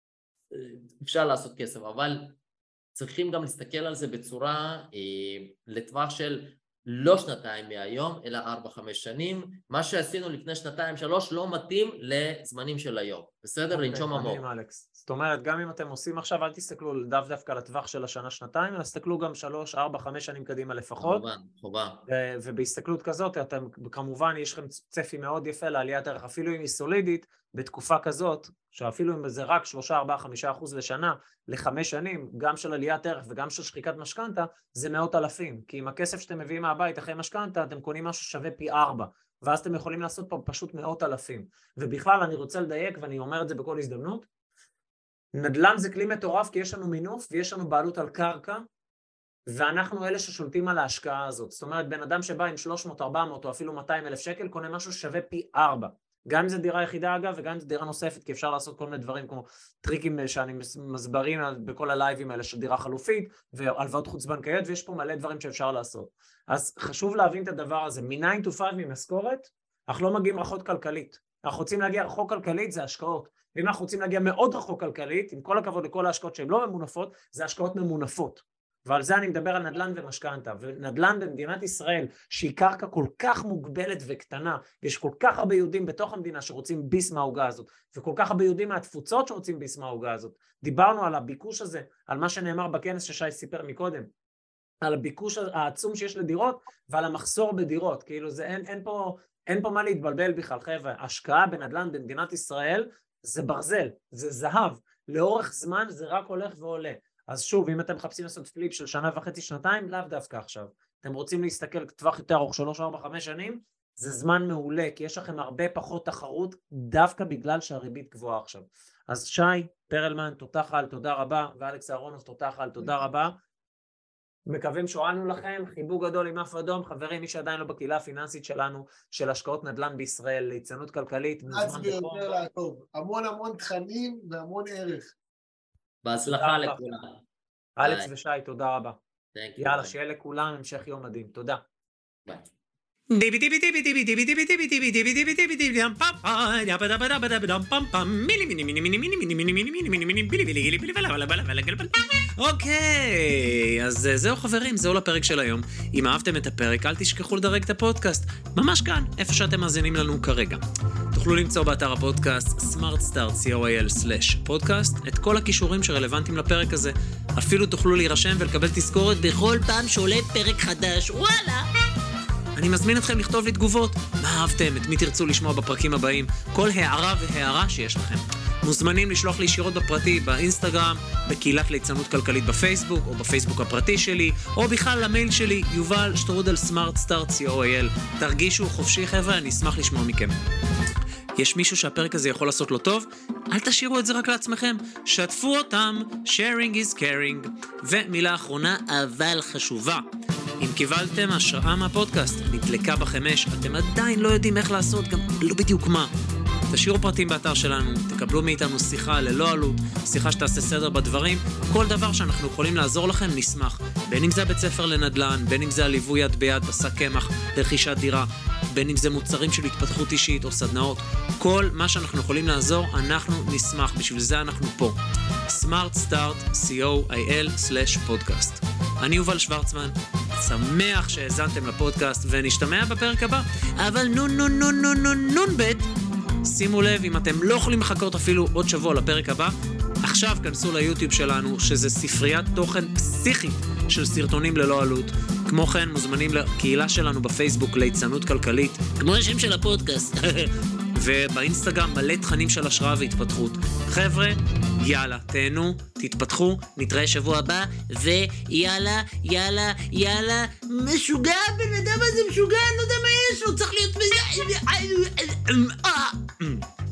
אפשר לעשות כסף, אבל צריכים גם להסתכל על זה בצורה לטווח של לא 2 מהיום, אלא 4-5 שנים. מה שעשינו לפני 2-3 לא מתאים לזמנים של היום. בסדר? לנשום עמוק. מדהים, אלכס. זאת אומרת, גם אם אתם עושים עכשיו, אל תסתכלו דווקא על הטווח של השנה-שנתיים, אלא תסתכלו גם 3-4-5 שנים קדימה לפחות. חובה. ובהסתכלות כזאת, אתם כמובן, יש לכם צפי מאוד יפה לעליית ערך, אפילו אם היא סולידית, בתקופה כזאת, שאפילו אם זה רק 3-4-5% לשנה, ל5 שנים, גם של עליית ערך וגם של שחיקת משכנתה, זה 100,000. כי עם הכסף שאתם מביאים מהבית אחרי משכנתה, אתם קונים משהו שווה פי 4, ואז אתם יכולים לעשות פה פשוט 100,000. ובכלל אני רוצה לדייק, ואני אומר את זה בכל הזדמנות, נדל"ן זה כלי מטורף, כי יש לנו מינוף ויש לנו בעלות על קרקע, ואנחנו אלה ששולטים על ההשקעה הזאת. זאת אומרת, בן אדם שבא עם 300, 400 או אפילו 200,000 שקל, קונה משהו שווה פי 4. גם אם זה דירה יחידה אגב, וגם אם זה דירה נוספת, כי אפשר לעשות כל מיני דברים כמו טריקים שאני מסברים בכל הלייבים האלה של דירה חלופית, והלוואות חוץ בנקאיות, ויש פה מלא דברים שאפשר לעשות. אז חשוב להבין את הדבר הזה, מ-9 to 5 ממשכורת, אנחנו לא מגיעים רחוק כלכלית. אנחנו רוצים להגיע רחוק כלכלית, זה השקעות. ואם אנחנו רוצים להגיע מאוד רחוק כלכלית, עם כל הכבוד לכל ההשקעות שהן לא ממונפות, זה השקעות ממונפות. ועל זה אני מדבר על נדל"ן ומשכנתה, ונדל"ן במדינת ישראל, שהיא קרקע כל כך מוגבלת וקטנה, ויש כל כך הרבה יהודים בתוך המדינה שרוצים ביס מההוגה הזאת, וכל כך הרבה יהודים מהתפוצות שרוצים ביס מההוגה הזאת. דיברנו על הביקוש הזה, על מה שנאמר בכנס ששי סיפר מקודם, על הביקוש העצום שיש לדירות, ועל המחסור בדירות, כאילו זה אין פה מה להתבלבל בכלל, חבר'ה, השקעה בנדל"ן במדינת ישראל, זה ברזל, זה זהב, לאורך זמן זה רק הולך ועולה. אז שוב, אם אתם מחפשים לעשות פליפ של 1.5-2, לאו דווקא עכשיו. אתם רוצים להסתכל טווח יותר ארוך 3, 4, 5 שנים, זה זמן מעולה, כי יש לכם הרבה פחות תחרות, דווקא בגלל שהריבית גבוהה עכשיו. אז שי, פרלמן, תותח על, תודה רבה, ואלכס אהרונוב, תותח על, תודה רבה. מקווים שהועלנו לכם, חיבוק גדול עם אף אדום, חברים, מי שעדיין לא בקהילה הפיננסית שלנו, של השקעות נדל"ן בישראל, ליצנות כלכלית, אז ביותר לעקוב, המון תכנים והמון ערך. בהצלחה לכולם. אלכס ושי, תודה רבה. יאללה, שיהיה לכולם המשך יום מדהים, תודה. ביי. אוקיי, אז זהו חברים, זהו לפרק של היום. אם אהבתם את הפרק, אל תשכחו לדרג את הפודקאסט, ממש כאן, איפה שאתם מאזינים לנו כרגע. תוכלו למצוא באתר הפודקאסט smartstart.co.il/podcast את כל הכישורים שרלוונטיים לפרק הזה. אפילו תוכלו להירשם ולקבל תזכורת בכל פעם שעולה פרק חדש. וואלה! אני מזמין אתכם לכתוב לי תגובות. מה אהבתם? את מי תרצו לשמוע בפרקים הבאים? כל הערה והערה שיש לכם. מוזמנים לשלוח לי ישירות בפרטי, באינסטגרם, בקהילת ליצנות כלכלית בפייסבוק, או בפייסבוק הפרטי שלי, או בכלל למייל שלי, yuval@smartstart.co.il. תרגישו חופשי חבר'ה, אני אשמח לשמוע מכם. יש מישהו שהפרק הזה יכול לעשות לו טוב? אל תשאירו את זה רק לעצמכם, שתפו אותם, sharing is caring. ומילה אחרונה, אבל חשובה. אם קיבלתם השראה מהפודקאסט, נדלקה בחמש, אתם עדיין לא יודעים איך לעשות, גם לא בדיוק מה. תשאירו פרטים באתר שלנו, תקבלו מאיתנו שיחה ללא עלות, שיחה שתעשה סדר בדברים, כל דבר שאנחנו יכולים לעזור לכם נשמח. בין אם זה הבית ספר לנדל"ן, בין אם זה הליווי יד ביד, בשק קמח, לרכישת דירה, בין אם זה מוצרים של התפתחות אישית או סדנאות, כל מה שאנחנו יכולים לעזור, אנחנו נשמח, בשביל זה אנחנו פה. smartstart.co.il/podcast. אני יובל שוורצמן, שמח שהאזנתם לפודקאסט ונשתמע בפרק הבא, אבל נון בית, שימו לב, אם אתם לא יכולים לחכות אפילו עוד שבוע לפרק הבא, עכשיו כנסו ליוטיוב שלנו, שזה ספריית תוכן פסיכית של סרטונים ללא עלות. כמו כן, מוזמנים לקהילה שלנו בפייסבוק, ליצנות כלכלית, כמו השם של הפודקאסט. ובאינסטגרם מלא תכנים של השראה והתפתחות. חבר'ה, יאללה, תהנו, תתפתחו, נתראה שבוע הבא, ויאללה, יאללה, יאללה, משוגע, בן אדם הזה משוגע, אני לא יודע מה יש לו, צריך להיות...